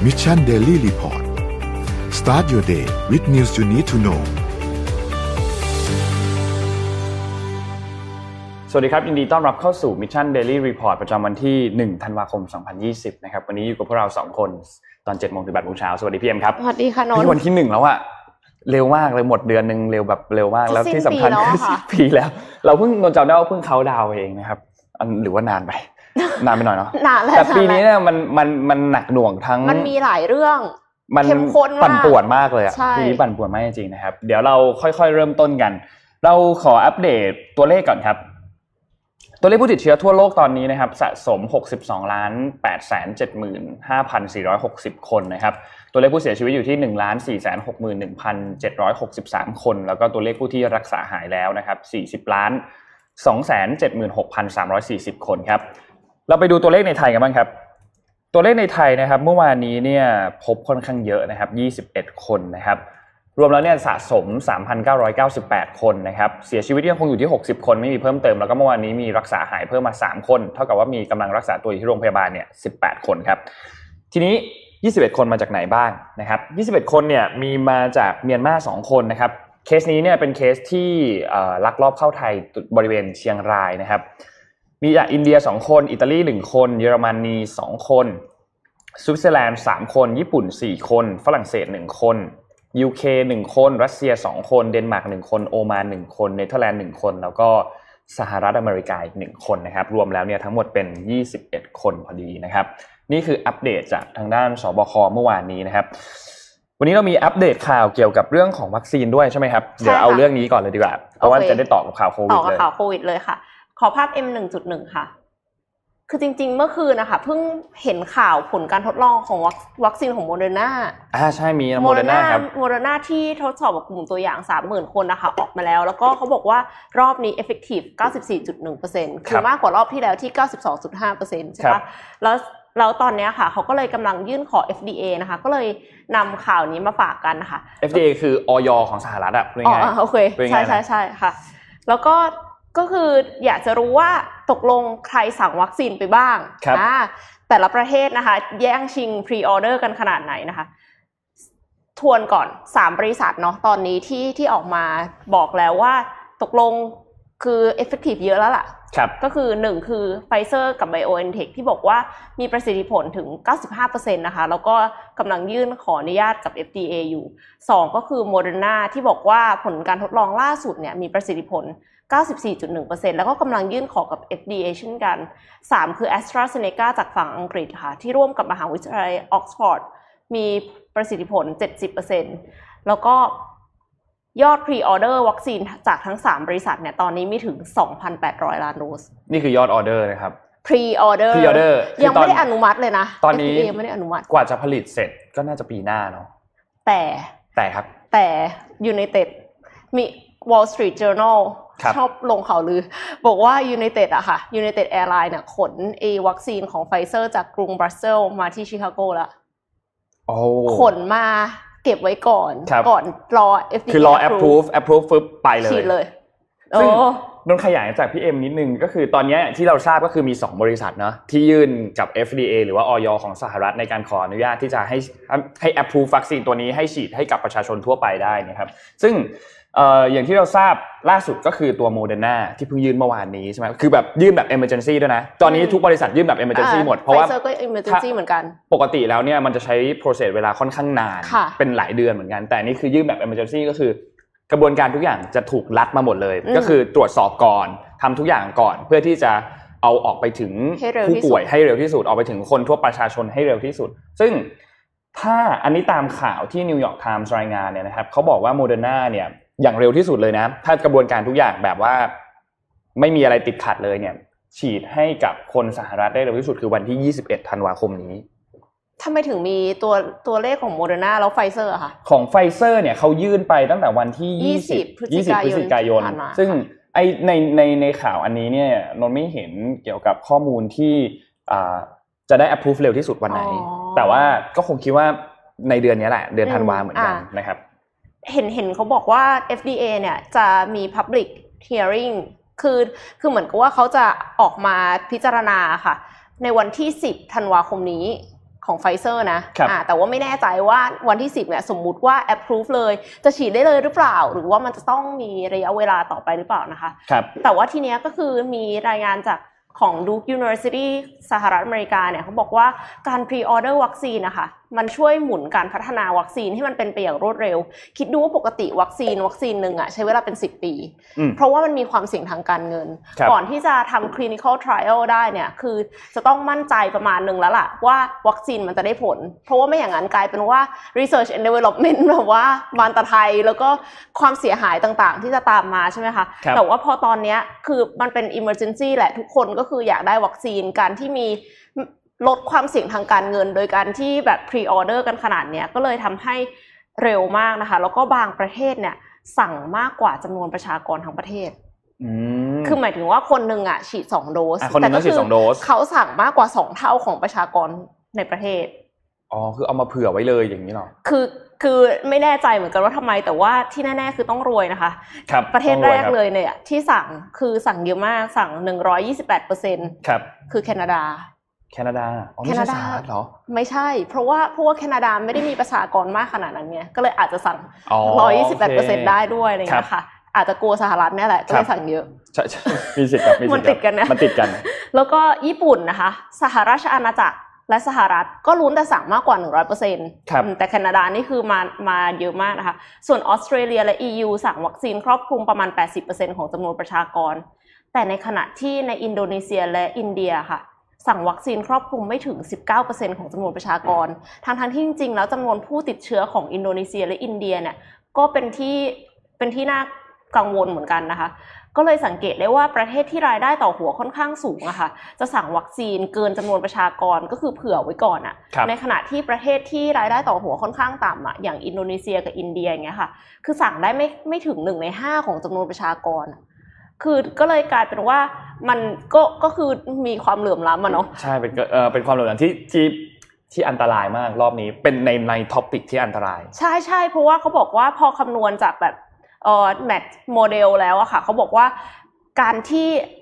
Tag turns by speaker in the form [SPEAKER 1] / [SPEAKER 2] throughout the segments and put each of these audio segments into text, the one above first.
[SPEAKER 1] Mission Daily Report Start your day with news you need to know
[SPEAKER 2] สวัสดีครับยินดีต้อนรับเข้าสู่ Mission Daily Report ประจำวันที่1ธันวาคม2020นะครับวันนี้อยู่กับพวกเรา2คนตอน 7:00 นถึง 8:00 นเช้าสวัสดีพี่เอ็มครับ
[SPEAKER 3] สวัสดีค่ะนนท์
[SPEAKER 2] วันที่1แล้วอะเร็วมากเลยหมดเดือนนึงเร็วแบบเร็วมากแล้วที่สำคัญคือ10 ปีแล้วเราเพิ่งนนท์จำได้ว่าเพิ่งเค้าดาวน์เองนะครับหรือว่านานไปหน่อยเนาะแต่ปีนี้เนี่ยมันหนักหน่วงทั้ง
[SPEAKER 3] มันมีหลายเรื่อง
[SPEAKER 2] มันปั่นป่วนมากเลยอ่ะปีนี้ปั่นป่วนมากจริงๆนะครับเดี๋ยวเราค่อยๆเริ่มต้นกันเราขออัปเดตตัวเลขก่อนครับตัวเลขผู้ติดเชื้อทั่วโลกตอนนี้นะครับสะสม 62,875,460 คนนะครับตัวเลขผู้เสียชีวิตอยู่ที่ 1,461,763 คนแล้วก็ตัวเลขผู้ที่รักษาหายแล้วนะครับ40,276,340 คนครับเราไปดูตัวเลขในไทยกันบ้างครับตัวเลขในไทยนะครับเมื่อวานนี้เนี่ยพบค่อนข้างเยอะนะครับ21คนนะครับรวมแล้วเนี่ยสะสม 3,998 คนนะครับเสียชีวิตยังคงอยู่ที่60คนไม่มีเพิ่มเติมแล้วก็เมื่อวานนี้มีรักษาหายเพิ่มมา3คนเท่ากับว่ามีกำลังรักษาตัวอยู่ที่โรงพยาบาลเนี่ย18คนครับทีนี้21คนมาจากไหนบ้างนะครับ21คนเนี่ยมีมาจากเมียนมา2คนนะครับเคสนี้เนี่ยเป็นเคสที่ลักลอบเข้าไทยบริเวณเชียงรายนะครับมีจากอินเดีย2คนอิตาลี1คนเยอรมนี2คนสวิตเซอร์แลนด์3คนญี่ปุ่น4คนฝรั่งเศส1คน UK 1คนรัสเซีย2คนเดนมาร์ก1คนโอมาน1คนเนเธอร์แลนด์1คนแล้วก็สหรัฐอเมริกาอีก1คนนะครับรวมแล้วเนี่ยทั้งหมดเป็น21คนพอดีนะครับนี่คืออัปเดตจากทางด้านสบคเมื่อวานนี้นะครับวันนี้เรามีอัปเดตข่าวเกี่ยวกับเรื่องของวัคซีนด้วยใช่ไหมครับเดี๋ยวเอาเรื่องนี้ก่อนเลยดีกว่าเพราะว่าจะได้ต่อกับข่าวโควิดเลย
[SPEAKER 3] ต่อกับข่าวโควิดเลยค่ะขอภาพ M1.1 ค่ะคือจริงๆเมื่อคืนนะคะเพิ่งเห็นข่าวผลการทดลองของวัคซีนของโมเดอร์นา
[SPEAKER 2] ใช่มีโมเดอร์นาครับ
[SPEAKER 3] โมเดอร์นาที่ทดสอบกับกลุ่มตัวอย่าง 30,000 คนนะคะออกมาแล้วก็เขาบอกว่ารอบนี้ effective 94.1% คือมากกว่ารอบที่แล้วที่ 92.5% ใช่ปะแล้วตอนนี้ค่ะเขาก็เลยกำลังยื่นขอ FDA นะคะก็เลยนำข่าวนี้มาฝากกันนะคะ
[SPEAKER 2] FDA คืออย.ของสหรัฐอะ
[SPEAKER 3] โอเคใช่ๆๆค่ะแล้วก็คืออยากจะรู้ว่าตกลงใครสั่งวัคซีนไปบ้างแต่ละประเทศนะคะแย่งชิงพรีออเดอร์กันขนาดไหนนะคะทวนก่อน3บริษัทเนาะตอนนี้ที่ออกมาบอกแล้วว่าตกลงคือ effective เยอะแล้วล่ะก็คือ1คือ Pfizer กับ BioNTech ที่บอกว่ามีประสิทธิผลถึง 95% นะคะแล้วก็กำลังยื่นขออนุญาตกับ FDA อยู่2ก็คือ Moderna ที่บอกว่าผลการทดลองล่าสุดเนี่ยมีประสิทธิผล 94.1% แล้วก็กำลังยื่นขอกับ FDA เช่นกัน3คือ AstraZeneca จากฝั่งอังกฤษค่ะที่ร่วมกับมหาวิทยาลัยออกซฟอร์ดมีประสิทธิผล 70% แล้วก็ยอดพรีออเดอร์วัคซีนจากทั้ง3บริษัทเนี่ยตอนนี้มีถึง 2,800 ล้านโดส
[SPEAKER 2] นี่คือยอดออเดอร์นะครับ
[SPEAKER 3] พรีออเดอร์ยังไม่ได้อนุมัติเลยนะ
[SPEAKER 2] ตอนนี้
[SPEAKER 3] ยังไม่ได้อนุมัติ
[SPEAKER 2] กว่าจะผลิตเสร็จก็น่าจะปีหน้าเนาะแต่ครับ
[SPEAKER 3] แต่ United มี Wall Street Journal ชอบลงข่าวลือบอกว่า United อะค่ะ United Airlines เนี่ยขนวัคซีนของ Pfizer จากกรุงบรัสเซลส์มาที่ชิคาโกแล้วขนมาเก็บไว้ก่อนรอ FDA
[SPEAKER 2] คือรอ approve ฟึบไปเลย
[SPEAKER 3] ฉีดเลย
[SPEAKER 2] ซึ่งนนขยายจากพี่เอ็มนิดนึงก็คือตอนนี้ที่เราทราบก็คือมี2บริษัทเนาะที่ยื่นกับ FDA หรือว่าอย.ของสหรัฐในการขออนุญาตที่จะให้ approve วัคซีนตัวนี้ให้ฉีดให้กับประชาชนทั่วไปได้นะครับซึ่งอย่างที่เราทราบล่าสุดก็คือตัว Moderna ที่เพิ่งยื่นเมื่อวานนี้ใช่ไหมคือแบบยื่นแบบ emergency ด้วยนะตอนนี้ทุกบริษัทยื่นแบบ emergency หมดเพราะว่า
[SPEAKER 3] Pfizer ก็ emergency เหมือนกัน
[SPEAKER 2] ปกติแล้วเนี่ยมันจะใช้ process เวลาค่อนข้างนานเป็นหลายเดือนเหมือนกันแต่นี่คือยื่นแบบ emergency ก็คือกระบวนการทุกอย่างจะถูกลัดมาหมดเลยก็คือตรวจสอบก่อนทำทุกอย่างก่อนเพื่อที่จะเอาออกไปถึงผู้ป่วยให้เร็วที่สุดออกไปถึงคนทั่วประชาชนให้เร็วที่สุดซึ่งถ้าอันนี้ตามข่าวที่ New York Times รายงานเนี่ยนะครับเขาบอกว่า Moderna เนี่ยอย่างเร็วที่สุดเลยนะถ้ากระบวนการทุกอย่างแบบว่าไม่มีอะไรติดขัดเลยเนี่ยฉีดให้กับคนสหรัฐได้เร็วที่สุดคือวันที่21ธันวาคมนี้
[SPEAKER 3] ทำไมถึงมีตัวเลขของ Moderna แล้ว Pfizer อะคะ
[SPEAKER 2] ของ Pfizer เนี่ยเขายื่นไปตั้งแต่วันที่20พฤศจิกายนซึ่งในข่าวอันนี้เนี่ยนนไม่เห็นเกี่ยวกับข้อมูลที่จะได้ approve เร็วที่สุดวันไหนแต่ว่าก็คงคิดว่าในเดือนนี้แหละเดือนธันวาเหมือนกันนะครับ
[SPEAKER 3] เห็นเขาบอกว่า FDA เนี่ยจะมี public hearing คือเหมือนกับว่าเขาจะออกมาพิจารณาค่ะในวันที่10ธันวาคมนี้ของไฟเซอร์นะแต่ว่าไม่แน่ใจว่าวันที่10เนี่ยสมมุติว่า approve เลยจะฉีดได้เลยหรือเปล่าหรือว่ามันจะต้องมีระยะเวลาต่อไปหรือเปล่านะคะแต่ว่าทีเนี้ยก็คือมีรายงานจากของ Duke University สหรัฐอเมริกาเนี่ยเขาบอกว่าการ pre-order วัคซีนนะคะมันช่วยหมุนการพัฒนาวัคซีนให้มันเป็นไปอย่างรวดเร็วคิดดูว่าปกติวัคซีนนึงอ่ะใช้เวลาเป็น10ปีเพราะว่ามันมีความเสี่ยงทางการเงินก่อนที่จะทำ clinical trial ได้เนี่ยคือจะต้องมั่นใจประมาณนึงแล้วล่ะว่าวัคซีนมันจะได้ผลเพราะว่าไม่อย่างนั้นกลายเป็นว่า research and development แบบว่ามันตะไทยแล้วก็ความเสียหายต่างๆที่จะตามมาใช่ไหมคะแต่ว่าพอตอนนี้คือมันเป็น emergency แหละทุกคนก็คืออยากได้วัคซีนการที่มีลดความเสี่ยงทางการเงินโดยการที่แบบ pre-order กันขนาดเนี้ยก็เลยทำให้เร็วมากนะคะแล้วก็บางประเทศเนี่ยสั่งมากกว่าจำนวนประชากรทั้งประเทศคือหมายถึงว่าคนนึงอ่ะฉีด2โดส
[SPEAKER 2] แต่ก็คือ
[SPEAKER 3] เขาสั่งมากกว่า2เท่าของประชากรในประเทศ
[SPEAKER 2] คือเอามาเผื่อไว้เลยอย่างนี้หรอ
[SPEAKER 3] คือไม่แน่ใจเหมือนกันว่าทำไมแต่ว่าที่แน่ๆคือต้องรวยนะคะประเทศแรกเลยเนี่ยที่สั่งเยอะมากสั่ง 128%
[SPEAKER 2] ครับ
[SPEAKER 3] คือแคนาดา
[SPEAKER 2] ไม่ใช่สหรัฐเหรอ
[SPEAKER 3] ไม่ใช่เพราะว่าแคนาดาไม่ได้มีประชากรมากขนาดนั้นไงก็เลยอาจจะสั่ง 128% ได้ด้วยอะไรอย่างเงี้ยค่ะอาจจะกลัวสหรัฐเนี่ยแหละก็เลยสั่งเยอะ
[SPEAKER 2] ใช่มีสิทธิ์ครับ
[SPEAKER 3] มันติดกันนะ
[SPEAKER 2] มันติดกัน
[SPEAKER 3] แล้วก็ญี่ปุ่นนะคะสหราชอาณาจักรและสหรัฐก็ลุ้นแต่สั่งมากกว่า 100% แต่แคนาดานี่คือมาเยอะมากนะคะส่วนออสเตรเลียและ EU สั่งวัคซีนครอบคลุมประมาณ 80% ของจำนวนประชากรแต่ในขณะที่ในอินโดนีเซียและอินเดียค่ะสั่งวัคซีนครอบคลุมไม่ถึง 19% ของจำนวนประชากรทั้งที่จริงๆแล้วจำนวนผู้ติดเชื้อของอินโดนีเซียและอินเดียเนี่ยก็เป็นที่น่ากังวลเหมือนกันนะคะก็เลยสังเกตได้ว่าประเทศที่รายได้ต่อหัวค่อนข้างสูงอะค่ะจะสั่งวัคซีนเกินจำนวนประชากรก็คือเผื่อไว้ก่อนอะในขณะที่ประเทศที่รายได้ต่อหัวค่อนข้างต่ำอะอย่างอินโดนีเซียกับอินเดียอย่างเงี้ยค่ะคือสั่งได้ไม่ถึง1 ใน 5ของจำนวนประชากรคือก็เลยกลายเป็นว่ามันก็คือมีความเหลื่อมล้ำอะเนาะ
[SPEAKER 2] ใช่เป็นความเหลื่อมล้ำที่อันตรายมากรอบนี้เป็นในท็อปิกที่อันตราย
[SPEAKER 3] ใช่เพราะว่าเขาบอกว่าพอคำนวณจากแบบแมทโมเดลแล้วอะค่ะเขาบอกว่าการที่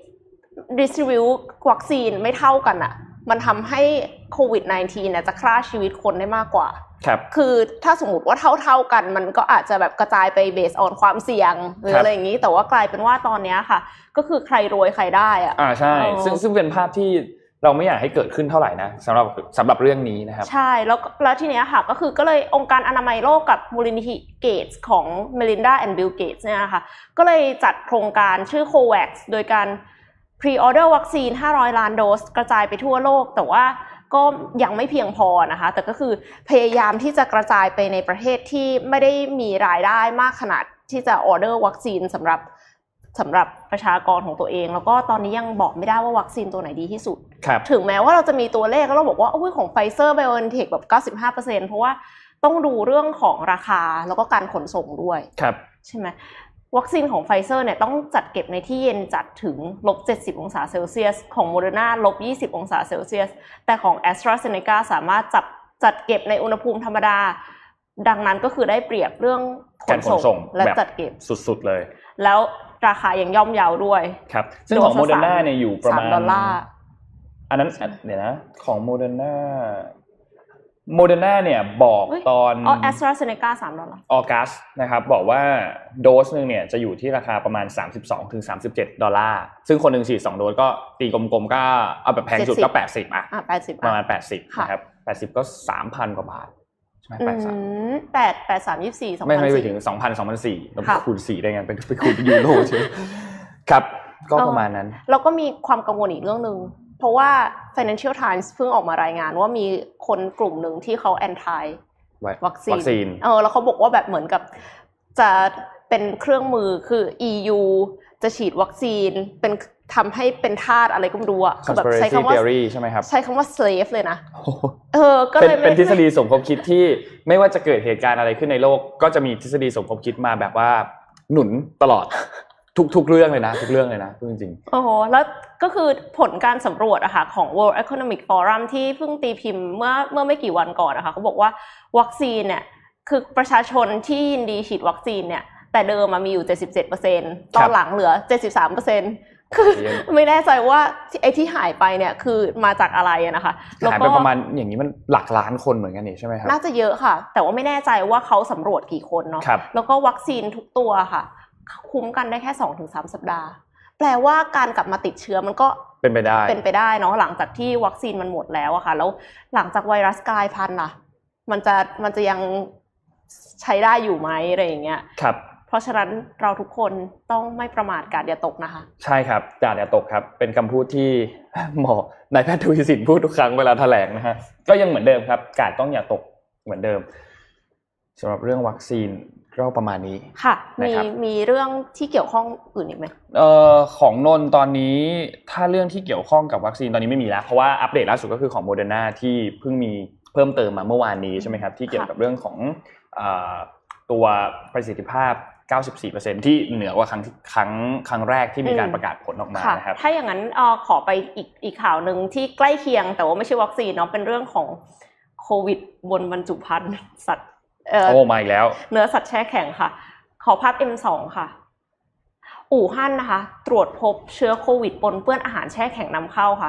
[SPEAKER 3] distribute วัคซีนไม่เท่ากันอะมันทำให้โควิด -19 เนี่ยจะฆ่าชีวิตคนได้มากกว่าคือถ้าสมมุติว่าเท่ากันมันก็อาจจะแบบกระจายไป based on ความเสี่ยงหรืออะไรอย่างนี้แต่ว่ากลายเป็นว่าตอนนี้ค่ะก็คือใครรวยใครได้อะ
[SPEAKER 2] ใช่ซึ่งเป็นภาพที่เราไม่อยากให้เกิดขึ้นเท่าไหร่นะสำหรับเรื่องนี้นะครับ
[SPEAKER 3] ใช่แล้วทีเนี้ยค่ะก็เลยองค์การอนามัยโลกกับมูลนิธิเกตส์ของเมลินดาแอนด์บิลเกตส์เนี่ยนะคะก็เลยจัดโครงการชื่อ COVAX โดยการ pre-order วัคซีน500 ล้านโดสกระจายไปทั่วโลกแต่ว่าก็ยังไม่เพียงพอนะคะแต่ก็คือพยายามที่จะกระจายไปในประเทศที่ไม่ได้มีรายได้มากขนาดที่จะออเดอร์วัคซีนสำหรับประชากรของตัวเองแล้วก็ตอนนี้ยังบอกไม่ได้ว่าวัคซีนตัวไหนดีที่สุดถึงแม้ว่าเราจะมีตัวเลขแล้วเราบอกว่าของ Pfizer BioNTech แบบ 95% เพราะว่าต้องดูเรื่องของราคาแล้วก็การขนส่งด้วยใช่ไหมวัคซีนของ Pfizer เนี่ยต้องจัดเก็บในที่เย็นจัดถึง-70 องศาเซลเซียสของ Moderna -20 องศาเซลเซียสแต่ของ AstraZeneca สามารถจัดเก็บในอุณหภูมิธรรมดาดังนั้นก็คือได้เปรียบเรื่องขนส่งและจัดเก็บ
[SPEAKER 2] สุดๆเลย
[SPEAKER 3] แล้วราคายังย่อมเยาด้วย
[SPEAKER 2] ครับซึ่งของ Moderna เนี่ยอยู่ประมาณ$3อันนั้นเดี๋ยวนะของ Moderna เนี่ยบอกตอน
[SPEAKER 3] AstraZeneca $3
[SPEAKER 2] ออกัสนะครับบอกว่าโดสนึงเนี่ยจะอยู่ที่ราคาประมาณ$32-$37ซึ่งคนนึงฉีด2โดสก็ตีกลมๆก็เอาแบบแพงสุดก็80
[SPEAKER 3] 80
[SPEAKER 2] ประมาณ80นะครับ80ก็ 3,000 กว่าบาทใช่มั้ย
[SPEAKER 3] 8324
[SPEAKER 2] ไม่ไปถึง 2,004แล้วคูณ4ได้ไงไปคูณเป็นยูโรใช่ครับก็ประมาณนั้น
[SPEAKER 3] แล้วก็มีความกังวลอีกเรื่องนึงเพราะว่า Financial Times เพิ่งออกมารายงานว่ามีคนกลุ่มหนึ่งที่เขา anti วัคซีนแล้วเขาบอกว่าแบบเหมือนกับจะเป็นเครื่องมือคือ EU จะฉีดวัคซีนเป็นทำให้เป็นทาสอะไรก็ไม่รู้อ่ะ
[SPEAKER 2] คือแบบใช้คำว่า theory ใช่ไหมครับ
[SPEAKER 3] ใช้คำว่า slave เลยนะ
[SPEAKER 2] ก็เลยเป็นทฤษฎีสมคบคิดที่ไม่ว่าจะเกิดเหตุการณ์อะไรขึ้นในโลกก็จะมีทฤษฎีสมคบคิดมาแบบว่าหนุนตลอดทุกเรื่องเลยนะทุกเรื่องเลยนะจริง
[SPEAKER 3] ๆแล้วก็คือผลการสำรวจอะค่ะของ World Economic Forum ที่เพิ่งตีพิมพ์เมื่อไม่กี่วันก่อนนะคะเขาบอกว่าวัคซีนเนี่ยคือประชาชนที่ยินดีฉีดวัคซีนเนี่ยแต่เดิมมีอยู่ 77% ตอนหลังเหลือ 73% คือไม่แน่ใจว่าไอ้ที่หายไปเนี่ยคือมาจากอะไรนะคะ
[SPEAKER 2] หายไปประมาณอย่างนี้มันหลักล้านคนเหมือนกันนี่ใช่ไหมครับ
[SPEAKER 3] น่าจะเยอะค่ะแต่ว่าไม่แน่ใจว่าเขาสำรวจกี่คนเนาะแล้วก็วัคซีนทุกตัวค่ะคุ้มกันได้แค่ 2-3 สัปดาห์แปลว่าการกลับมาติดเชื้อมันก็
[SPEAKER 2] เป็นไปได้
[SPEAKER 3] เนาะหลังจากที่วัคซีนมันหมดแล้วอะค่ะแล้วหลังจากไวรัสกลายพันธุ์ล่ะมันจะยังใช้ได้อยู่ไหมอะไรอย่างเงี้ย
[SPEAKER 2] ครับ
[SPEAKER 3] เพราะฉะนั้นเราทุกคนต้องไม่ประมาทกาดอย่าตกนะคะ
[SPEAKER 2] ใช่ครับกาดอย่าตกครับเป็นคำพูดที่หมอนายแพทย์ทวีสินพูดทุกครั้งเวลาแถลงนะฮะก็ยังเหมือนเดิมครับกาดต้องอย่าตกเหมือนเดิมสำหรับเรื่องวัคซีนก็ประมาณนี้
[SPEAKER 3] ค่ะมีเรื่องที่เกี่ยวข้องอื่นอีกไหม
[SPEAKER 2] ของนนตอนนี้ถ้าเรื่องที่เกี่ยวข้องกับวัคซีนตอนนี้ไม่มีแล้วเพราะว่าอัปเดตล่าสุดก็คือของโมเดอร์นาที่เพิ่งมีเพิ่มเติมมาเมื่อวานนี้ใช่ไหมครับที่เกี่ยวกับเรื่องของตัวประสิทธิภาพ 94% ที่เหนือกว่าครั้งแรกที่มีการประกาศผลออกมานะครับ
[SPEAKER 3] ถ้าอย่างนั้นขอไปอีกข่าวนึงที่ใกล้เคียงแต่ว่าไม่ใช่วัคซีนเนาะเป็นเรื่องของโควิดบนบรรจุภัณฑ์สัตว์
[SPEAKER 2] มาอีกแล้ว
[SPEAKER 3] เนื้อสัตว์แช่แข็งค่ะขอภาพ M2 ค่ะอู่ฮั่นนะคะตรวจพบเชื้อโควิดปนเปื้อนอาหารแช่แข็งนำเข้าค่ะ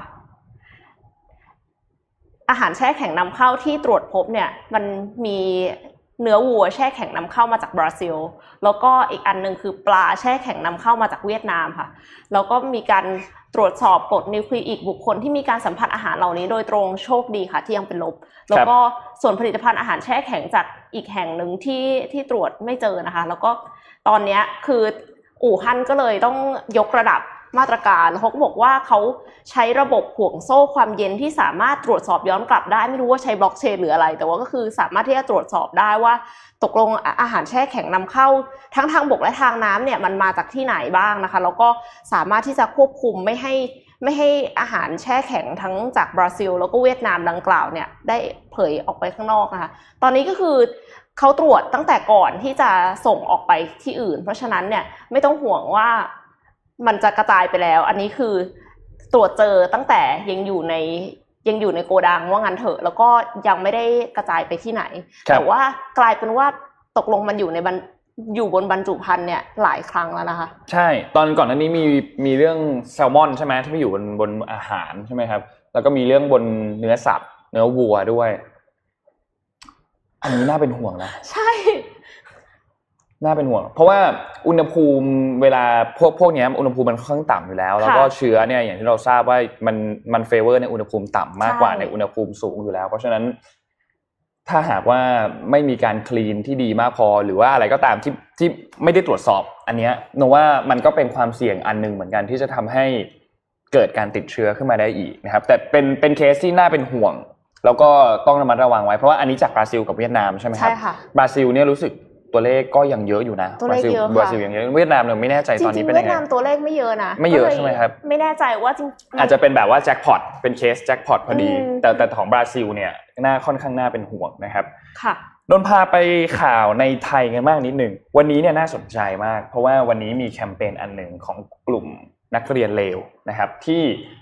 [SPEAKER 3] อาหารแช่แข็งนำเข้าที่ตรวจพบเนี่ยมันมีเนื้อวัวแช่แข็งนำเข้ามาจากบราซิลแล้วก็อีกอันนึงคือปลาแช่แข็งนำเข้ามาจากเวียดนามค่ะแล้วก็มีการตรวจสอบกรดนิวคลีอิกบุคคลที่มีการสัมผัสอาหารเหล่านี้โดยตรงโชคดีค่ะที่ยังเป็นลบแล้วก็ส่วนผลิตภัณฑ์อาหารแช่แข็งจากอีกแห่งหนึ่งที่ตรวจไม่เจอนะคะแล้วก็ตอนนี้คืออู่ฮั่นก็เลยต้องยกระดับมาตรการแล้วเขาก็บอกว่าเขาใช้ระบบห่วงโซ่ความเย็นที่สามารถตรวจสอบย้อนกลับได้ไม่รู้ว่าใช้บล็อกเชนหรืออะไรแต่ว่าก็คือสามารถที่จะตรวจสอบได้ว่าตกลงอาหารแช่แข็งนำเข้าทั้งทางบกและทางน้ำเนี่ยมันมาจากที่ไหนบ้างนะคะแล้วก็สามารถที่จะควบคุมไม่ให้อาหารแช่แข็งทั้งจากบราซิลแล้วก็เวียดนามดังกล่าวเนี่ยได้เผยออกไปข้างนอกนะคะตอนนี้ก็คือเขาตรวจตั้งแต่ก่อนที่จะส่งออกไปที่อื่นเพราะฉะนั้นเนี่ยไม่ต้องห่วงว่ามันจะกระจายไปแล้วอันนี้คือตรวจเจอตั้งแต่ยังอยู่ในโกดังว่างั้นเถอะแล้วก็ยังไม่ได้กระจายไปที่ไหนแต่ว่ากลายเป็นว่าตกลงมันอยู่บนบรรจุภัณฑ์เนี่ยหลายครั้งแล้วนะคะ
[SPEAKER 2] ใช่ตอนก่อนหน้านี้มีเรื่องแซลมอนใช่ไหมที่ไปอยู่บนอาหารใช่ไหมครับแล้วก็มีเรื่องบนเนื้อสัตว์เนื้อวัวด้วยอันนี้น่าเป็นห่วงนะ
[SPEAKER 3] ใช่
[SPEAKER 2] น่าเป็นห่วงเพราะว่าอุณหภูมิเวลาพวกนี้อุณหภูมิมันค่อนข้างต่ำอยู่แล้วแล้วก็เชื้อเนี่ยอย่างที่เราทราบว่ามันเฟเวอร์ในอุณหภูมิต่ำมากกว่าในอุณหภูมิสูงอยู่แล้วเพราะฉะนั้นถ้าหากว่าไม่มีการคลีนที่ดีมากพอหรือว่าอะไรก็ตามที่ไม่ได้ตรวจสอบอันเนี้ยโนว่ามันก็เป็นความเสี่ยงอันนึงเหมือนกันที่จะทำให้เกิดการติดเชื้อขึ้นมาได้อีกนะครับแต่เป็นเคสที่น่าเป็นห่วงแล้วก็ต้องระมัดระวังไว้เพราะว่าอันนี้จากบราซิลกับเวียดนามใช่ไหมครับบราซิลเนี่ยรู้สึกตัวเลขก็ยังเยอะอยู่นะ
[SPEAKER 3] บรา
[SPEAKER 2] ซิลยังเยอะเวียดนามเนี่ยไม่แน่ใจตอนนี้เป็นยังไง
[SPEAKER 3] เวียดนามตัวเลขไม่เยอะนะ
[SPEAKER 2] ไม่เยอะใช่ไหมครับ
[SPEAKER 3] ไม่แน่ใจว่าจริง
[SPEAKER 2] อาจจะเป็นแบบว่าแจ็คพอตเป็นเคสแจ็คพอตพอดีแต่ของบราซิลเนี่ยค่อนข้างน่าเป็นห่วงนะครับ
[SPEAKER 3] ค่ะ
[SPEAKER 2] นนพาไปข่าวในไทยกันมากนิดนึงวันนี้เนี่ยน่าสนใจมากเพราะว่าวันนี้มีแคมเปญอันหนึ่งของกลุ่มนักเรียนเลวนะครับที่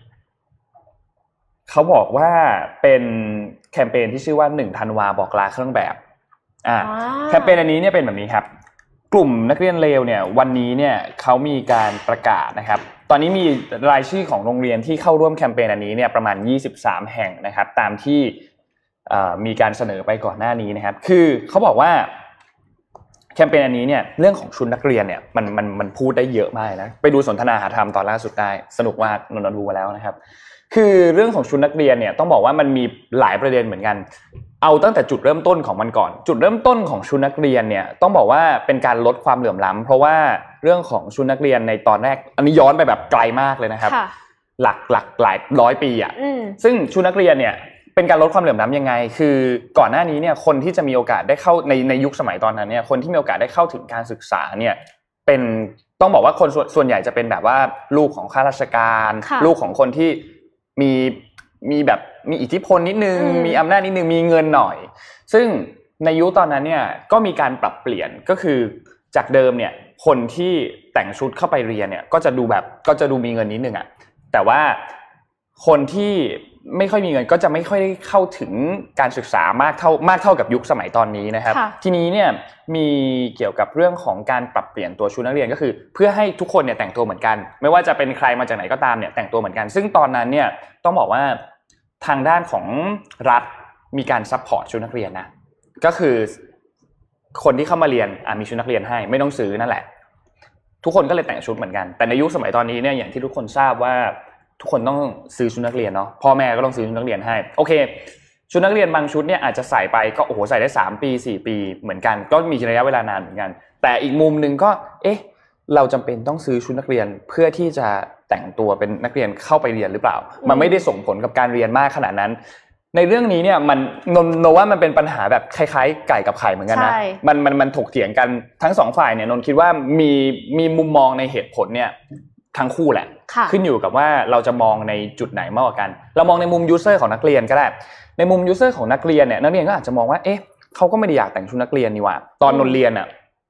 [SPEAKER 2] เขาบอกว่าเป็นแคมเปญที่ชื่อว่า1ธันวาบอกลาเครื่องแบบแคมเปญอันนี้เนี่ยเป็นแบบนี้ครับกลุ่มนักเรียนเลวเนี่ยวันนี้เนี่ยเขามีการประกาศนะครับตอนนี้มีรายชื่อของโรงเรียนที่เข้าร่วมแคมเปญอันนี้เนี่ยประมาณ23แห่งนะครับตามที่มีการเสนอไปก่อนหน้านี้นะครับคือเขาบอกว่าแคมเปญอันนี้เนี่ยเรื่องของชุดนักเรียนเนี่ยมันพูดได้เยอะมากนะไปดูสนทนาหาธรรมตอนล่าสุดได้สนุกมากนนท์ดูมาแล้วนะครับคือเรื่องของชุดนักเรียนเนี่ยต้องบอกว่ามันมีหลายประเด็นเหมือนกันเอาตั้งแต่จุดเริ่มต้นของมันก่อนจุดเริ่มต้นของชุดนักเรียนเนี่ยต้องบอกว่าเป็นการลดความเหลื่อมล้ำเพราะว่าเรื่องของชุดนักเรียนในตอนแรกอันนี้ย้อนไปแบบไกลมากเลยนะครับหลักหลายร้อยปีอ่ะซึ่งชุดนักเรียนเนี่ยเป็นการลดความเหลื่อมล้ำยังไงคือก่อนหน้านี้เนี่ยคนที่จะมีโอกาสได้เข้าในยุคสมัยตอนนั้นเนี่ยคนที่มีโอกาสได้เข้าถึงการศึกษาเนี่ยเป็นต้องบอกว่าคนส่วนใหญ่จะเป็นแบบว่าลูกของข้าราชการลูกของคนที่มีแบบมีอิทธิพลนิดนึงมีอำนาจนิดนึงมีเงินหน่อยซึ่งในยุคตอนนั้นเนี่ยก็มีการปรับเปลี่ยนก็คือจากเดิมเนี่ยคนที่แต่งชุดเข้าไปเรียนเนี่ยก็จะดูมีเงินนิดนึงอ่ะแต่ว่าคนที่ไม่ค่อยมีเงินก็จะไม่ค่อยได้เข้าถึงการศึกษามากเท่ากับยุคสมัยตอนนี้นะครับทีนี้เนี่ยมีเกี่ยวกับเรื่องของการปรับเปลี่ยนตัวชุดนักเรียนก็คือเพื่อให้ทุกคนเนี่ยแต่งตัวเหมือนกันไม่ว่าจะเป็นใครมาจากไหนก็ตามเนี่ยแต่งตัวเหมือนกันซึ่งตอนนั้นเนี่ยต้องบอกว่าทางด้านของรัฐมีการซัพพอร์ตชุดนักเรียนนะก็คือคนที่เข้ามาเรียนมีชุดนักเรียนให้ไม่ต้องซื้อนั่นแหละทุกคนก็เลยแต่งชุดเหมือนกันแต่ในยุคสมัยตอนนี้เนี่ยอย่างที่ทุกคนทราบว่าทุกคนต้องซื้อชุดนักเรียนเนาะพ่อแม่ก็ต้องซื้อชุดนักเรียนให้โอเคชุดนักเรียนบางชุดเนี่ยอาจจะใส่ไปก็โอ้โหใส่ได้3ปี4ปีเหมือนกันก็มีระยะเวลานานเหมือนกันแต่อีกมุมนึงก็เราจำเป็นต้องซื้อชุดนักเรียนเพื่อที่จะแต่งตัวเป็นนักเรียนเข้าไปเรียนหรือเปล่ามันไม่ได้ส่งผลกับการเรียนมากขนาดนั้นในเรื่องนี้เนี่ยมันนนว่ามันเป็นปัญหาแบบคล้ายๆไก่กับไข่เหมือนกันนะมันถกเถียงกันทั้งสองฝ่ายเนี่ยนนคิดว่ามีมุมมองในเหตุผลเนี่ยทั้งคู่แหละขึ้นอยู่กับว่าเราจะมองในจุดไหนมากกว่ากันเรามองในมุมยูเซอร์ของนักเรียนก็ได้ในมุมยูเซอร์ของนักเรียนเนี่ยนักเรียนก็อาจจะมองว่าเขาก็ไม่ได้อยากแต่งชุดนักเรียนนี่หว่าตอนนนเรียนอ่ะ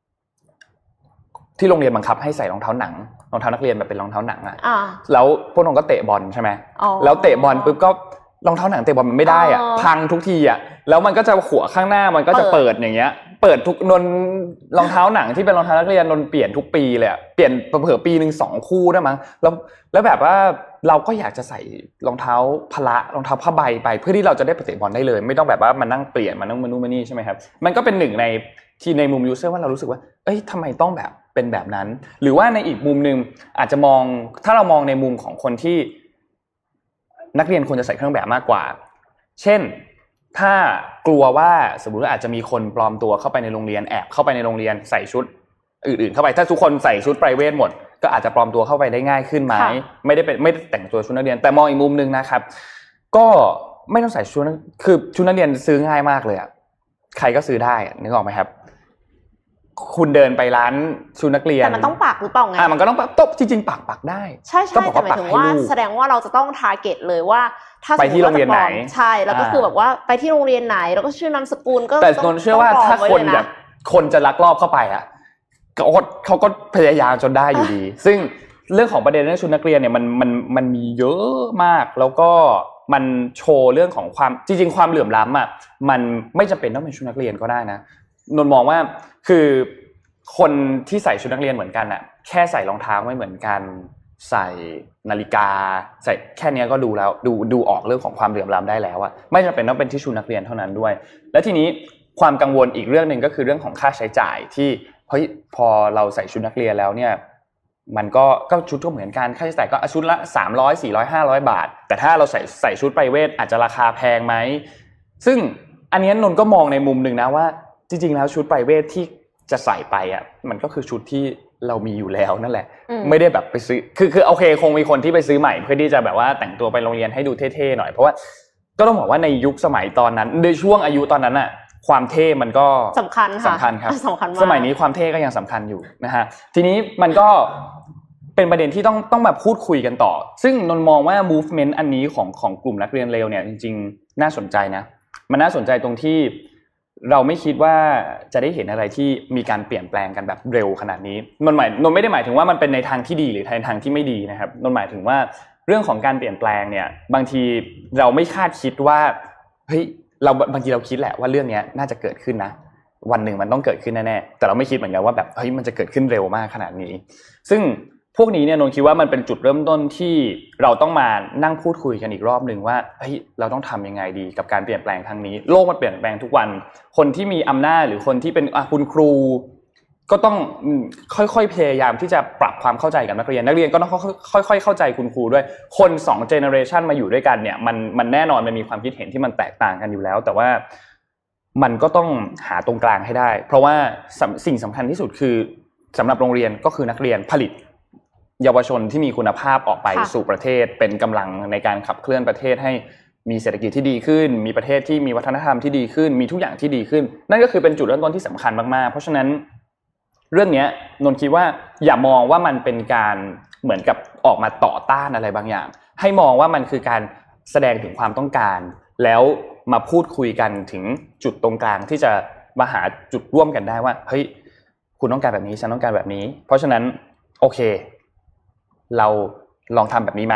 [SPEAKER 2] ที่โรงเรียนบังคับให้ใส่รองเท้าหนังรองเท้านักเรียนแบบเป็นรองเท้าหนังอ่ะแล้วพวกนนก็เตะบอลใช่ไหมแล้วเตะบอลปุ๊บก็รองเท้าหนังเตะบอลมันไม่ได้อ่ะพังทุกทีอ่ะแล้วมันก็จะหัวข้างหน้ามันก็จะเปิดอย่างเงี้ยเปิดทุกนนรองเท้าหนังที่เป็นรองเท้านักเรียนนนเปลี่ยนทุกปีเลยอ่ะเปลี่ยนเผื่อปีนึง2คู่ได้มั้งแล้วแบบว่าเราก็อยากจะใส่รองเท้าพละรองเท้าผ้าใบไปเพื่อที่เราจะได้เตะบอลได้เลยไม่ต้องแบบว่ามานั่งเปลี่ยนมานั่งมานู่นมานี่ใช่มั้ยครับมันก็เป็นหนึ่งในที่ในมุมยูเซอร์ว่าเรารู้สึกว่าทำไมต้องแบบเป็นแบบนั้นหรือว่าในอีกมุมนึงอาจจะมองถ้าเรามองในมุมของคนที่นักเรียนควรจะใส่เครื่องแบบมากกว่าเช่นถ้ากลัวว่าสมมุติว่าอาจจะมีคนปลอมตัวเข้าไปในโรงเรียนแอบเข้าไปในโรงเรียนใส่ชุดอื่นๆเข้าไปถ้าทุกคนใส่ชุดไพรเวทหมดก็อาจจะปลอมตัวเข้าไปได้ง่ายขึ้นไหมไม่ได้แต่งตัวชุดนักเรียนแต่มองอีกมุมนึงนะครับก็ไม่ต้องใส่ชุดคือชุดนักเรียนซื้อง่ายมากเลยอ่ะใครก็ซื้อได้นึกออกไหมครับคุณเดินไปร้านชุดนักเรียน
[SPEAKER 3] แต่มันต้องปักหรือเปล่าไง
[SPEAKER 2] มันก็ต้องตบจริงๆปักได้
[SPEAKER 3] ใช่ๆแต่หมายถึงว่าแสดงว่าเราจะต้องทาร์เก็ตเลยว่าถ้า
[SPEAKER 2] ไปที่โรงเรียนไหน
[SPEAKER 3] ใช่แล้วก็คือแบบว่าไปที่โรงเรียนไหนแล้วก็ชื่อนามสกุลก็
[SPEAKER 2] แต่นนเชื่อว่าถ้าคนแบบคนจะลักลอบเข้าไปอ่ะเขาก็พยายามจนได้อยู่ดีซึ่งเรื่องของประเด็นเรื่องชุดนักเรียนเนี่ยมันมีเยอะมากแล้วก็มันโชว์เรื่องของความจริงๆความเหลื่อมล้ำอ่ะมันไม่จำเป็นต้องเป็นชุดนักเรียนก็ได้นะนนมองว่าคือคนที่ใส่ชุดนักเรียนเหมือนกันอ่ะแค่ใส่รองเท้าไม่เหมือนกันใส่นาฬิกาใส่แค่นี้ก็ดูแล้วดูออกเรื่องของความเหลื่อมล้ำได้แล้วอ่ะไม่จำเป็นต้องเป็นที่ชุดนักเรียนเท่านั้นด้วยและทีนี้ความกังวลอีกเรื่องนึงก็คือเรื่องของค่าใช้จ่ายที่พอเราใส่ชุดนักเรียนแล้วเนี่ยมันก็ชุดก็เหมือนกันค่าใช้จ่ายก็ชุดละ300 400 500 บาทแต่ถ้าเราใส่ชุดไพรเวทอาจจะราคาแพงไหมซึ่งอันนี้นนก็มองในมุมนึงนะว่าจริงๆแล้วชุดไพรเวทที่จะใส่ไปอ่ะมันก็คือชุดที่เรามีอยู่แล้วนั่นแหละไม่ได้แบบไปซื้อคือโอเคคงมีคนที่ไปซื้อใหม่เพื่อที่จะแบบว่าแต่งตัวไปโรงเรียนให้ดูเท่ๆหน่อยเพราะว่าก็ต้องบอกว่าในยุคสมัยตอนนั้นในช่วงอายุตอนนั้นอ่ะความเท่มันก็
[SPEAKER 3] สำคัญ
[SPEAKER 2] ครับ
[SPEAKER 3] สำคัญมาก
[SPEAKER 2] สมัยนี้ความเท่ก็ยังสำคัญอยู่นะฮะทีนี้มันก็เป็นประเด็นที่ต้องมาพูดคุยกันต่อซึ่งนนมองว่า movement อันนี้ของกลุ่มนักเรียนเลวเนี่ยจริงๆน่าสนใจนะมันน่าสนใจตรงที่เราไม่คิดว่าจะได้เห็นอะไรที่มีการเปลี่ยนแปลงกันแบบเร็วขนาดนี้นนไม่ได้หมายถึงว่ามันเป็นในทางที่ดีหรือทางที่ไม่ดีนะครับนนหมายถึงว่าเรื่องของการเปลี่ยนแปลงเนี่ยบางทีเราไม่คาดคิดว่าเฮ้ยบางทีเราคิดแหละว่าเรื่องนี้น่าจะเกิดขึ้นนะวันหนึ่งมันต้องเกิดขึ้นแน่ๆแต่เราไม่คิดเหมือนกันว่าแบบเฮ้ยมันจะเกิดขึ้นเร็วมากขนาดนี้ซึ่งพวกนี้เนี่ยนนคิดว่ามันเป็นจุดเริ่มต้นที่เราต้องมานั่งพูดคุยกันอีกรอบนึงว่าเฮ้ยเราต้องทำยังไงดีกับการเปลี่ยนแปลงทางนี้โลกมันเปลี่ยนแปลงทุกวันคนที่มีอำนาจหรือคนที่เป็นคุณครูก็ต้องค่อยๆพยายามที่จะปรับความเข้าใจกับนักเรียนก็ต้องค่อยๆเข้าใจคุณครูด้วยคน2 generation มาอยู่ด้วยกันเนี่ยมันแน่นอนมันมีความคิดเห็นที่มันแตกต่างกันอยู่แล้วแต่ว่ามันก็ต้องหาตรงกลางให้ได้เพราะว่าสิ่งสำคัญที่สุดคือสำหรับโรงเรียนก็คือนักเรียนผลิตเยาวชนที่มีคุณภาพออกไปสู่ประเทศเป็นกำลังในการขับเคลื่อนประเทศให้มีเศรษฐกิจที่ดีขึ้นมีประเทศที่มีวัฒนธรรมที่ดีขึ้นมีทุกอย่างที่ดีขึ้นนั่นก็คือเป็นจุดเริ่มต้นที่สำคัญมากๆเพราะฉะนั้นเรื่องนี้นนคิดว่าอย่ามองว่ามันเป็นการเหมือนกับออกมาต่อต้านอะไรบางอย่างให้มองว่ามันคือการแสดงถึงความต้องการแล้วมาพูดคุยกันถึงจุดตรงกลางที่จะมาหาจุดร่วมกันได้ว่าเฮ้ยคุณต้องการแบบนี้ฉันต้องการแบบนี้เพราะฉะนั้นโอเคเราลองทำแบบนี้ไหม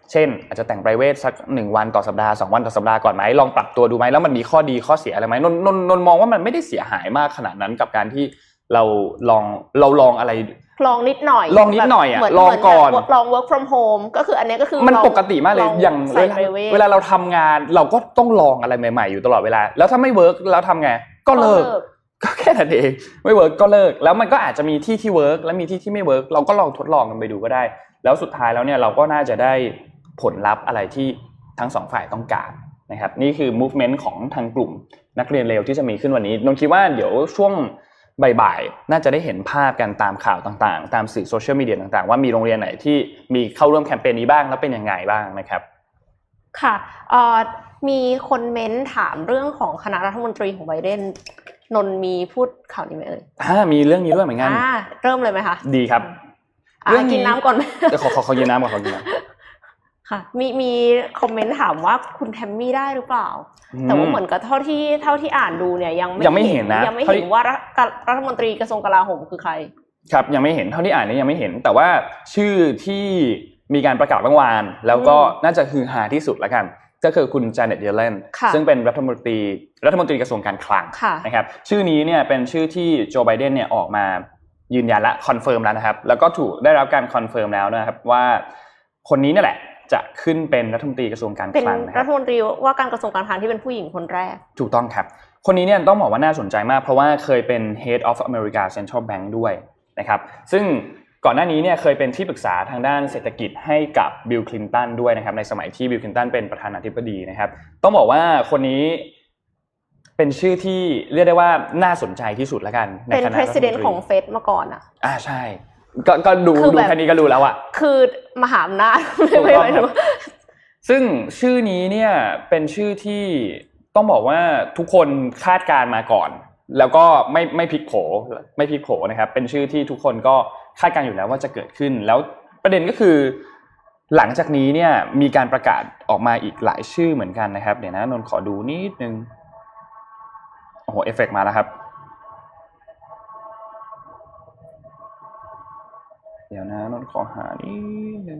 [SPEAKER 2] เช่นอาจจะแต่ง private สัก1วันต่อสัปดาห์2วันต่อสัปดาห์ก่อนไหมลองปรับตัวดูไหมแล้วมันมีข้อดีข้อเสียอะไรไหมนนมองว่ามันไม่ได้เสียหายมากขนาดนั้นกับการที่เราลองอะไร
[SPEAKER 3] ลองนิดหน่อย
[SPEAKER 2] ลองนิดหน่อยอ่ะลองก่อน
[SPEAKER 3] ลอง work from home ก็คืออันนี้ก็คือ
[SPEAKER 2] มันปกติมากเลยอย่างเวลาเราทำงานเราก็ต้องลองอะไรใหม่ๆอยู่ตลอดเวลาแล้วถ้าไม่เวิร์กแล้วทำไงก็เลิกก็แค่นั้นเองไม่เวิร์กก็เลิกแล้วมันก็อาจจะมีที่ที่เวิร์กและมีที่ที่ไม่เวิร์กเราก็ลองทดลองกันไปดูก็ได้แล้วสุดท้ายแล้วเนี่ยเราก็น่าจะได้ผลลัพธ์อะไรที่ทั้งสองฝ่ายต้องการนะครับนี่คือ movement ของทางกลุ่มนักเรียนเลวที่จะมีขึ้นวันนี้นนคิดว่าเดี๋ยวช่วงบ่ายๆน่าจะได้เห็นภาพกันตามข่าวต่างๆตามสื่อโซเชียลมีเดียต่างๆว่ามีโรงเรียนไหนที่มีเข้าร่วมแคมเปญนี้บ้างแล้วเป็นยังไงบ้างนะครับ
[SPEAKER 3] ค่ะมีคนเม้นถามเรื่องของคณะรัฐมนตรีของไบเดนนนมีพูดข่าวนี้ไหมเอ่ย
[SPEAKER 2] มีเรื่องนี้ด้วยเหมือนกัน
[SPEAKER 3] เริ่มเลยไหมคะ
[SPEAKER 2] ดีครับ
[SPEAKER 3] เรื่องกินน้ำก่อนไหม
[SPEAKER 2] ขอกินน้ำก่อนขอกินน้
[SPEAKER 3] ำค่ะมีคอมเมนต์ถามว่าคุณแทมมี่ได้หรือเปล่าแต่ว่าเหมือนกับเท่าที่อ่านดูเนี่ยยังไม่เห็นนะยังไม่เห็นว่ารัฐมนตรีกระทรวงกลาโหมคือใคร
[SPEAKER 2] ครับยังไม่เห็นเท่าที่อ่านนี่ยังไม่เห็นแต่ว่าชื่อที่มีการประกาศเมื่อวานแล้วก็น่าจะฮือฮาที่สุดละกันก็คือคุณจาเน็ตเยเลนซึ่งเป็นรัฐมนตรีกระทรวงการคลังนะครับชื่อนี้เนี่ยเป็นชื่อที่โจไบเดนเนี่ยออกมายืนยันและคอนเฟิร์มแล้วนะครับแล้วก็ถูกได้รับการคอนเฟิร์มแล้วนะครับว่าคนนี้นี่แหละจะขึ้นเป็นรัฐมนตรีกระทรวงการคลัง
[SPEAKER 3] เป็นรัฐมนตรีว่าการกระทรวงการคลังที่เป็นผู้หญิงคนแรก
[SPEAKER 2] ถูกต้องครับคนนี้เนี่ยต้องบอกว่าน่าสนใจมากเพราะว่าเคยเป็น Head of America Central Bank ด้วยนะครับซึ่งก่อนหน้านี้เนี่ยเคยเป็นที่ปรึกษาทางด้านเศรษฐกิจให้กับบิลคลินตันด้วยนะครับในสมัยที่บิลคลินตันเป็นประธานาธิบดีนะครับต้องบอกว่าคนนี้เป็นชื่อที่เรียกได้ว่าน่าสนใจที่สุดแล้วกัน
[SPEAKER 3] ในคณะรัฐมนตรีเป็น President ของเฟดมาก่อน
[SPEAKER 2] ใช่ก็ดูแค่นี้ก็รู้แล้ว
[SPEAKER 3] คือมหาอำนาจไม่รู้
[SPEAKER 2] ซึ่งชื่อนี้เนี่ยเป็นชื่อที่ต้องบอกว่าทุกคนคาดการมาก่อนแล้วก็ไม่พลิกโผนะครับเป็นชื่อที่ทุกคนก็คาดการอยู่แล้วว่าจะเกิดขึ้นแล้วประเด็นก็คือหลังจากนี้เนี่ยมีการประกาศออกมาอีกหลายชื่อเหมือนกันนะครับเดี๋ยวนะนนขอดูนิดนึงโอ้โหเอฟเฟกต์มาแล้วครับเดี๋ยวนะนนขอหานิดนึง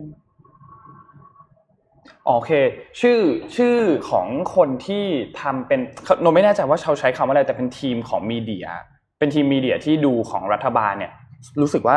[SPEAKER 2] โอเคชื่อของคนที่ทำเป็นนนไม่แน่ใจว่าเขาใช้คำว่าอะไรแต่เป็นทีมของมีเดียเป็นทีมมีเดียที่ดูของรัฐบาลเนี่ยรู้สึกว่า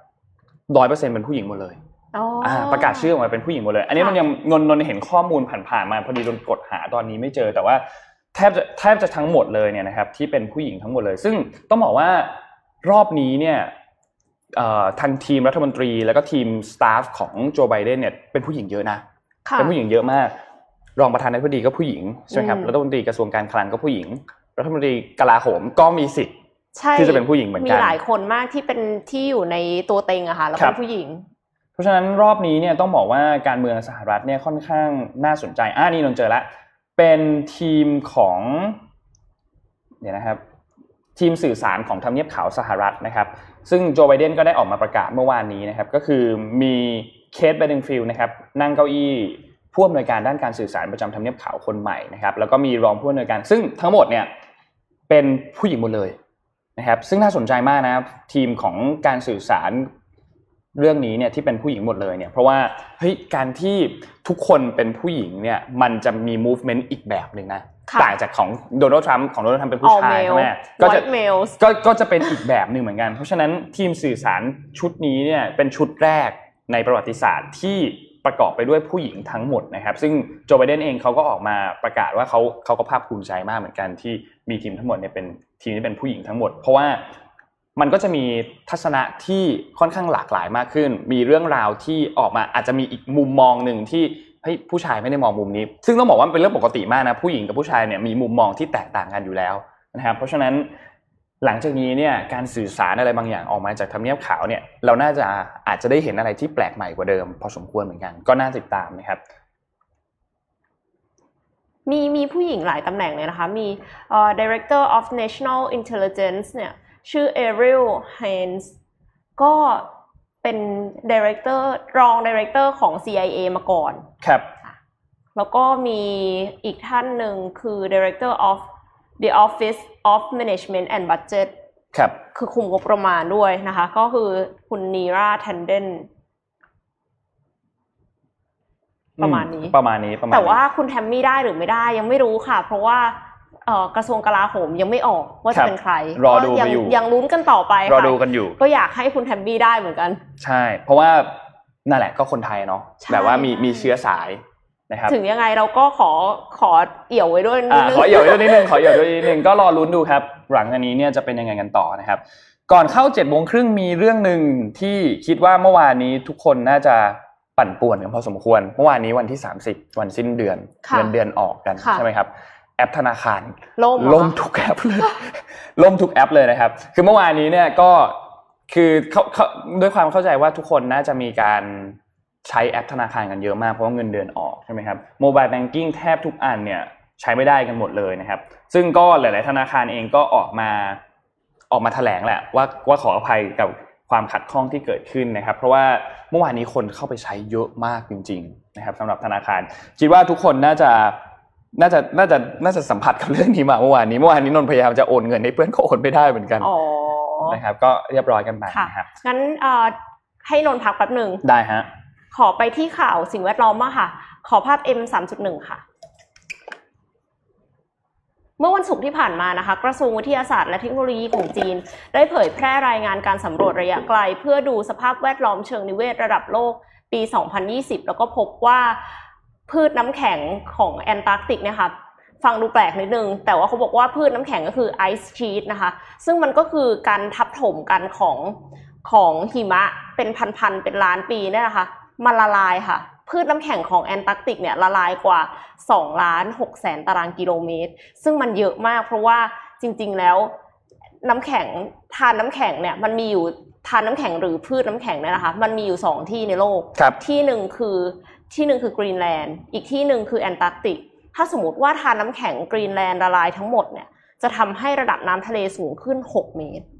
[SPEAKER 2] 100% เป็นผู้หญิงหมดเลยประกาศชื่อออกมาเป็นผู้หญิงหมดเลยอันนี้มันยังนนเห็นข้อมูลผ่านๆมาพอดีนนกดหาตอนนี้ไม่เจอแต่ว่าแทบจะทั้งหมดเลยเนี่ยนะครับที่เป็นผู้หญิงทั้งหมดเลยซึ่งต้องบอกว่ารอบนี้เนี่ยทางทีมรัฐมนตรีแล้วก็ทีมสตาฟของโจไบเดนเนี่ยเป็นผู้หญิงเยอะนะเป็นผู้หญิงเยอะมากรองประธานาธิบดีก็ผู้หญิงใช่ไหมครับรัฐมนตรีกระทรวงการคลังก็ผู้หญิงรัฐมนตรีกลาโหมก็มีสิทธิ์ที่จะเป็นผู้หญิงเหมือนกัน
[SPEAKER 3] มีหลายคนมากที่เป็นที่อยู่ในตัวเต็งอะค่ะแล้วเป็นผู้หญิง
[SPEAKER 2] เพราะฉะนั้นรอบนี้เนี่ยต้องบอกว่าการเมืองสหรัฐเนี่ยค่อนข้างน่าสนใจนี่นนเจอแล้วเป็นทีมของเดี๋ยวนะครับทีมสื่อสารของทำเนียบขาวสหรัฐนะครับซึ่งโจไบเดนก็ได้ออกมาประกาศเมื่อวานนี้นะครับก็คือมีเคทเบดดิงฟิลด์นะครับนั่งเก้าอี้ผู้อำนวยการด้านการสื่อสารประจำทำเนียบขาวคนใหม่นะครับแล้วก็มีรองผู้อำนวยการซึ่งทั้งหมดเนี่ยเป็นผู้หญิงหมดเลยนะครับซึ่งน่าสนใจมากนะครับทีมของการสื่อสารเรื่องนี้เนี่ยที่เป็นผู้หญิงหมดเลยเนี่ยเพราะว่าการที่ทุกคนเป็นผู้หญิงเนี่ยมันจะมี movement อีกแบบนึงนะต่างจากของโดนัลด์ทรัมป์เป็นผู้ชายใช่ไหมก็จะเป็นอีกแบบนึงเหมือนกันเพราะฉะนั้นทีมสื่อสารชุดนี้เนี่ยเป็นชุดแรกในประวัติศาสตร์ที่ประกอบไปด้วยผู้หญิงทั้งหมดนะครับซึ่งโจไบเดนเองเขาก็ออกมาประกาศว่าเขาก็ภาคภูมิใจมากเหมือนกันที่มีทีมทั้งหมดเนี่ยเป็นทีมที่เป็นผู้หญิงทั้งหมดเพราะว่ามันก็จะมีทัศนะที่ค่อนข้างหลากหลายมากขึ้นมีเรื่องราวที่ออกมาอาจจะมีอีกมุมมองนึงที่ผู้ชายไม่ได้มองมุมนี้ซึ่งต้องบอกว่ามันเป็นเรื่องปกติมากนะผู้หญิงกับผู้ชายเนี่ยมีมุมมองที่แตกต่างกันอยู่แล้วนะครับเพราะฉะนั้นหลังจากนี้เนี่ยการสื่อสารอะไรบางอย่างออกมาจากทำเนียบขาวเนี่ยเราน่าจะอาจจะได้เห็นอะไรที่แปลกใหม่กว่าเดิมพอสมควรเหมือนกันก็น่าติดตามนะครับ
[SPEAKER 3] มีผู้หญิงหลายตำแหน่งเลยนะคะมีDirector of National Intelligence เนี่ยชื่อ Ariel Hines ก็เป็น รอง Director ของ CIA มาก่อน
[SPEAKER 2] ครับ
[SPEAKER 3] แล้วก็มีอีกท่านหนึ่งคือ Director of the Office of Management and Budget
[SPEAKER 2] ครับ
[SPEAKER 3] คือคุมงบประมาณด้วยนะคะก็คือคุณนีราแทนเดนประมาณนี้
[SPEAKER 2] แต่
[SPEAKER 3] ว่าคุณแทมมี่ได้หรือไม่ได้ยังไม่รู้ค่ะเพราะว่ากระทรวงกลาโหมยังไม่ออกว่าจะเป็นใคร
[SPEAKER 2] รอดูอยู่
[SPEAKER 3] ยังลุ้นกันต่อไปค่ะ
[SPEAKER 2] รอดูกันอยู่
[SPEAKER 3] ก็อยากให้คุณแทมมี่ได้เหมือนกัน
[SPEAKER 2] ใช่เพราะว่านั่นแหละก็คนไทยเนาะแบบว่ามีเชื้อสายนะครับ
[SPEAKER 3] ถึงยังไงเราก็ขอเอี่ยวไว้ด้วยนิดนึง
[SPEAKER 2] ขอเอี่ยวด้วยนิดนึงก็รอลุ้นดูครับหลังจากนี้เนี่ยจะเป็นยังไงกันต่อนะครับก่อนเข้า 7:30 นมีเรื่องนึงที่คิดว่าเมื่อวานนี้ทุกคนน่าจะปั่นป่วนกันพอสมควรเมื่อวานนี้วันที่30วันสิ้นเดือนเงินเดือนออกกันใช่มั้ยครับแอปธนาคารล่มทุกแอปเลยล่มทุกแอปเลยนะครับคือเมื่อวานนี้เนี่ยก็คือเขาด้วยความเข้าใจว่าทุกคนน่าจะมีการใช้แอปธนาคารกันเยอะมากเพราะว่าเงินเดือนออกใช่ไหมครับโมบายแบงกิ้งแทบทุกอันเนี่ยใช้ไม่ได้กันหมดเลยนะครับซึ่งก็หลายๆธนาคารเองก็ออกมาแถลงแหละว่าขออภัยกับความขัดข้องที่เกิดขึ้นนะครับเพราะว่าเมื่อวานนี้คนเข้าไปใช้เยอะมากจริงๆนะครับสำหรับธนาคารคิดว่าทุกคนน่าจะสัมผัสกับเรื่องนี้มาเมื่อวานนี้นนท์พยายามจะโอนเงินให้เพื่อนก็โอนไม่ได้เหมือนกันนะครับก็เรียบร้อยกันไปนะครับ
[SPEAKER 3] งั้นให้นนท์พักแป๊บนึง
[SPEAKER 2] ได้ฮะ
[SPEAKER 3] ขอไปที่ข่าวสิ่งแวดล้อมมาค่ะขอภาพ M3.1 ค่ะเมื่อวันศุกร์ที่ผ่านมานะคะกระทรวงวิทยาศาสตร์และเทคโนโลยีของจีนได้เผยแพร่รายงานการสำรวจระยะไกลเพื่อดูสภาพแวดล้อมเชิงนิเวศระดับโลกปี 2020 แล้วก็พบว่าพืชน้ำแข็งของแอนตาร์กติกนะคะฟังดูแปลกนิดนึงแต่ว่าเขาบอกว่าพืชน้ำแข็งก็คือไอซ์ชีทนะคะซึ่งมันก็คือการทับถมกันของหิมะเป็นพันๆเป็นล้านปีเนี่ยนะคะมันละลายค่ะพืชน้ำแข็งของแอนตาร์กติกเนี่ยละลายกว่า 2,600,000 ตารางกิโลเมตรซึ่งมันเยอะมากเพราะว่าจริงๆแล้วน้ำแข็งทานน้ำแข็งเนี่ยมันมีอยู่ทานน้ำแข็งหรือพืชน้ำแข็งเนี่ยนะคะมันมีอยู่2ที่ในโลกที่หนึ่งคือกรีนแลนด์อีกที่หนึ่งคือแอนตาร์กติกถ้าสมมติว่าทานน้ำแข็งกรีนแลนด์ละลายทั้งหมดเนี่ยจะทำให้ระดับน้ำทะเลสูงขึ้น6 เมตร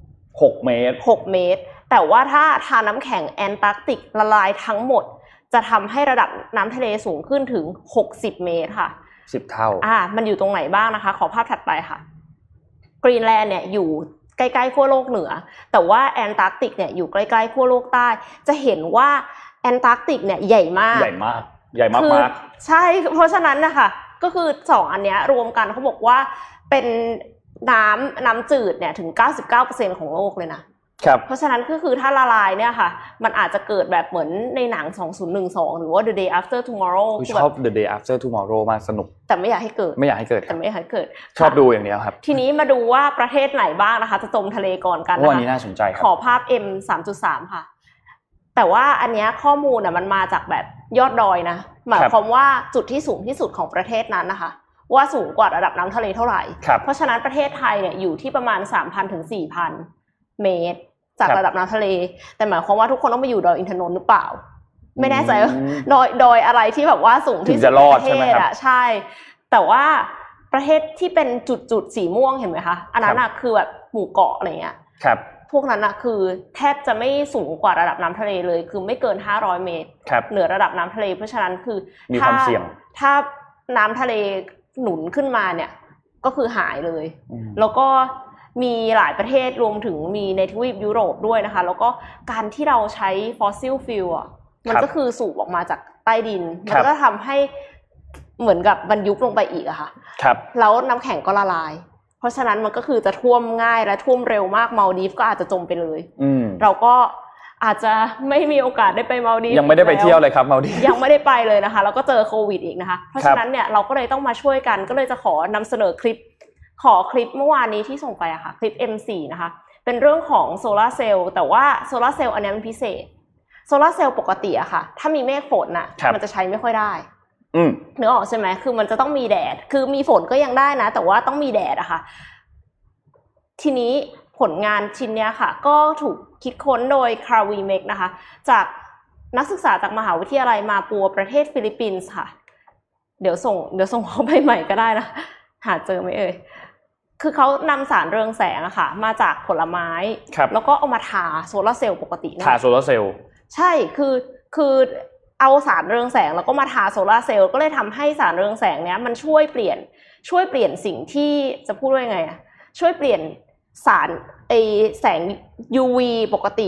[SPEAKER 3] แต่ว่าถ้าทานน้ำแข็งแอนตาร์กติกละลายทั้งหมดจะทำให้ระดับน้ำทะเลสูงขึ้นถึง60 เมตรค่ะ
[SPEAKER 2] 10 เท่า
[SPEAKER 3] มันอยู่ตรงไหนบ้างนะคะขอภาพถัดไปค่ะกรีนแลนด์เนี่ยอยู่ใกล้ๆขั้วโลกเหนือแต่ว่าแอนตาร์กติกเนี่ยอยู่ใกล้ๆขั้วโลกใต้จะเห็นว่าแอนตาร์กติกเนี่ยใหญ่มากใช่เพราะฉะนั้นนะคะก็คือ2อันเนี้ยรวมกันเขาบอกว่าเป็นน้ำจืดเนี่ยถึง 99% ของโลกเลยนะครับเพราะฉะนั้นก็คือถ้าละลายเนี่ยค่ะมันอาจจะเกิดแบบเหมือนในหนัง2012หรือว่า The Day After Tomorrow
[SPEAKER 2] ชอบ The Day After Tomorrow มากสนุก
[SPEAKER 3] แต่ไม่อยากให้เกิด
[SPEAKER 2] ชอบดูอย่างเดียวครับ
[SPEAKER 3] ทีนี้มาดูว่าประเทศไหนบ้างนะคะจะจมทะเลก่อนกันนะคะ
[SPEAKER 2] วันนี้น่าสนใจครับ
[SPEAKER 3] ขอภาพ M3.3 ค่ะแต่ว่าอันเนี้ยข้อมูลน่ะมันมาจากแบบยอดดอยนะหมายความว่าจุดที่สูงที่สุดของประเทศนั้นนะคะว่าสูงกว่าระดับน้ำทะเลเท่าไหร่เพราะฉะนั้นประเทศไทยเนี่ยอยู่ที่ประมาณ 3,000 ถึง 4,000 เมตรจากระดับน้ำทะเลแต่หมายความว่าทุกคนต้องไปอยู่ดอยอินทนนท์หรือเปล่าไม่แน่ใจว่าดอยอะไรที่แบบว่าสูงที่สุดในประเทศใช่แต่ว่าประเทศที่เป็นจุดสีม่วงเห็นไหมคะอันนั้นน่ะคือแบบหมู่เกาะอะไรเงี้ยพวกนั้นน่ะคือแทบจะไม่สูงกว่าระดับน้ำทะเลเลยคือไม่เกิน500 เมตรเหนือระดับน้ำทะเลเพราะฉะนั้นคือ
[SPEAKER 2] มีความเสี่ยง
[SPEAKER 3] ถ้าน้ำทะเลหนุนขึ้นมาเนี่ยก็คือหายเลยแล้วก็มีหลายประเทศรวมถึงมีในทวีปยุโรปด้วยนะคะแล้วก็การที่เราใช้ฟอสซิลฟิวอ่ะมันก็คือสูบออกมาจากใต้ดินมันก็ทำให้เหมือนกับมันยุบลงไปอีกอะค่ะแล้วน้ำแข็งก็ละลายเพราะฉะนั้นมันก็คือจะท่วมง่ายและท่วมเร็วมากมัลดีฟก็อาจจะจมไปเลยเราก็อาจจะไม่มีโอกาสได้ไปมัลดีฟ
[SPEAKER 2] ยังไม่ได้ไปเที่ยวเลยครับมัลดีฟ
[SPEAKER 3] ยังไม่ได้ไปเลยนะคะแล้วก็เจอโควิดอีกนะคะเพราะฉะนั้นเนี่ยเราก็เลยต้องมาช่วยกันก็เลยจะขอนำเสนอคลิปเมื่อวานนี้ที่ส่งไปอะค่ะคลิป M4 นะคะเป็นเรื่องของโซลาร์เซลล์แต่ว่าโซลาร์เซลล์อันนี้มันพิเศษโซลาร์เซลล์ปกติอะค่ะถ้ามีเมฆฝนน่ะมันจะใช้ไม่ค่อยได้นึกออกใช่ไหมคือมันจะต้องมีแดดคือมีฝนก็ยังได้นะแต่ว่าต้องมีแดดอะค่ะทีนี้ผลงานชิ้นเนี้ยค่ะก็ถูกคิดค้นโดยคาร์วีเมกนะคะจากนักศึกษาจากมหาวิทยาลัยมาปัวประเทศฟิลิปปินส์ค่ะเดี๋ยวส่งเข้าไปใหม่ก็ได้นะหาเจอไหมเอ่ยคือเขานำสารเรืองแสงอะค่ะมาจากผลไม้แล้วก็เอามาทาโซลาร์เซลล์ปกตินะ
[SPEAKER 2] ทาโซลาร์เซลล์
[SPEAKER 3] ใช่คือเอาสารเรืองแสงแล้วก็มาทาโซลาร์เซลล์ก็เลยทำให้สารเรืองแสงเนี้ยมันช่วยเปลี่ยนสิ่งที่จะพูดว่าไงอะช่วยเปลี่ยนสารแสง UV ปกติ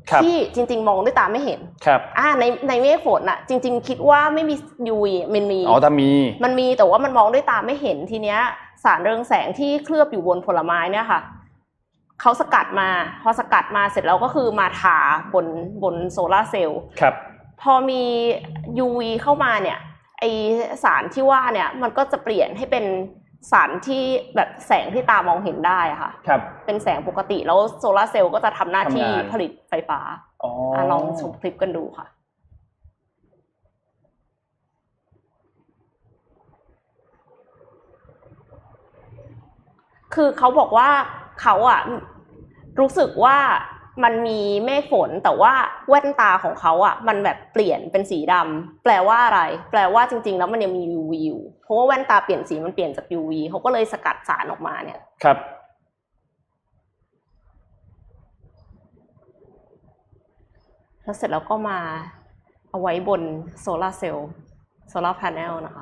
[SPEAKER 3] ที่จริงๆมองด้วยตาไม่เห็น
[SPEAKER 2] ครับ
[SPEAKER 3] ในเมฆฝนน่ะจริงๆคิดว่าไม่มี UV มันมี
[SPEAKER 2] แต่
[SPEAKER 3] มันมีแต่ว่ามันมองด้วยตาไม่เห็นทีเนี้ยสารเรืองแสงที่เคลือบอยู่บนผลไม้เนี่ยค่ะเขาสกัดมาพอสกัดมาเสร็จแล้วก็คือมาทาบนโซลาร์เซลล์
[SPEAKER 2] ครับ
[SPEAKER 3] พอมี UV เข้ามาเนี่ยไอสารที่ว่าเนี่ยมันก็จะเปลี่ยนให้เป็นสารที่แบบแสงที่ตามองเห็นได้ค่ะ
[SPEAKER 2] ครับ
[SPEAKER 3] เป็นแสงปกติแล้วโซลาร์เซลล์ก็จะทำหน้าที่ผลิตไฟฟ้าลองชมคลิปกันดูค่ะคือเขาบอกว่าเขารู้สึกว่ามันมีเมฆฝนแต่ว่าแว่นตาของเขามันแบบเปลี่ยนเป็นสีดำแปลว่าอะไรแปลว่าจริงๆแล้วมันยังมี UV อยู่เพราะว่าแว่นตาเปลี่ยนสีมันเปลี่ยนจาก UV เขาก็เลยสกัดสารออกมาเนี่ย
[SPEAKER 2] ครับ
[SPEAKER 3] แล้วเสร็จแล้วก็มาเอาไว้บนโซลาร์เซลล์โซลาร์แผงนะคะ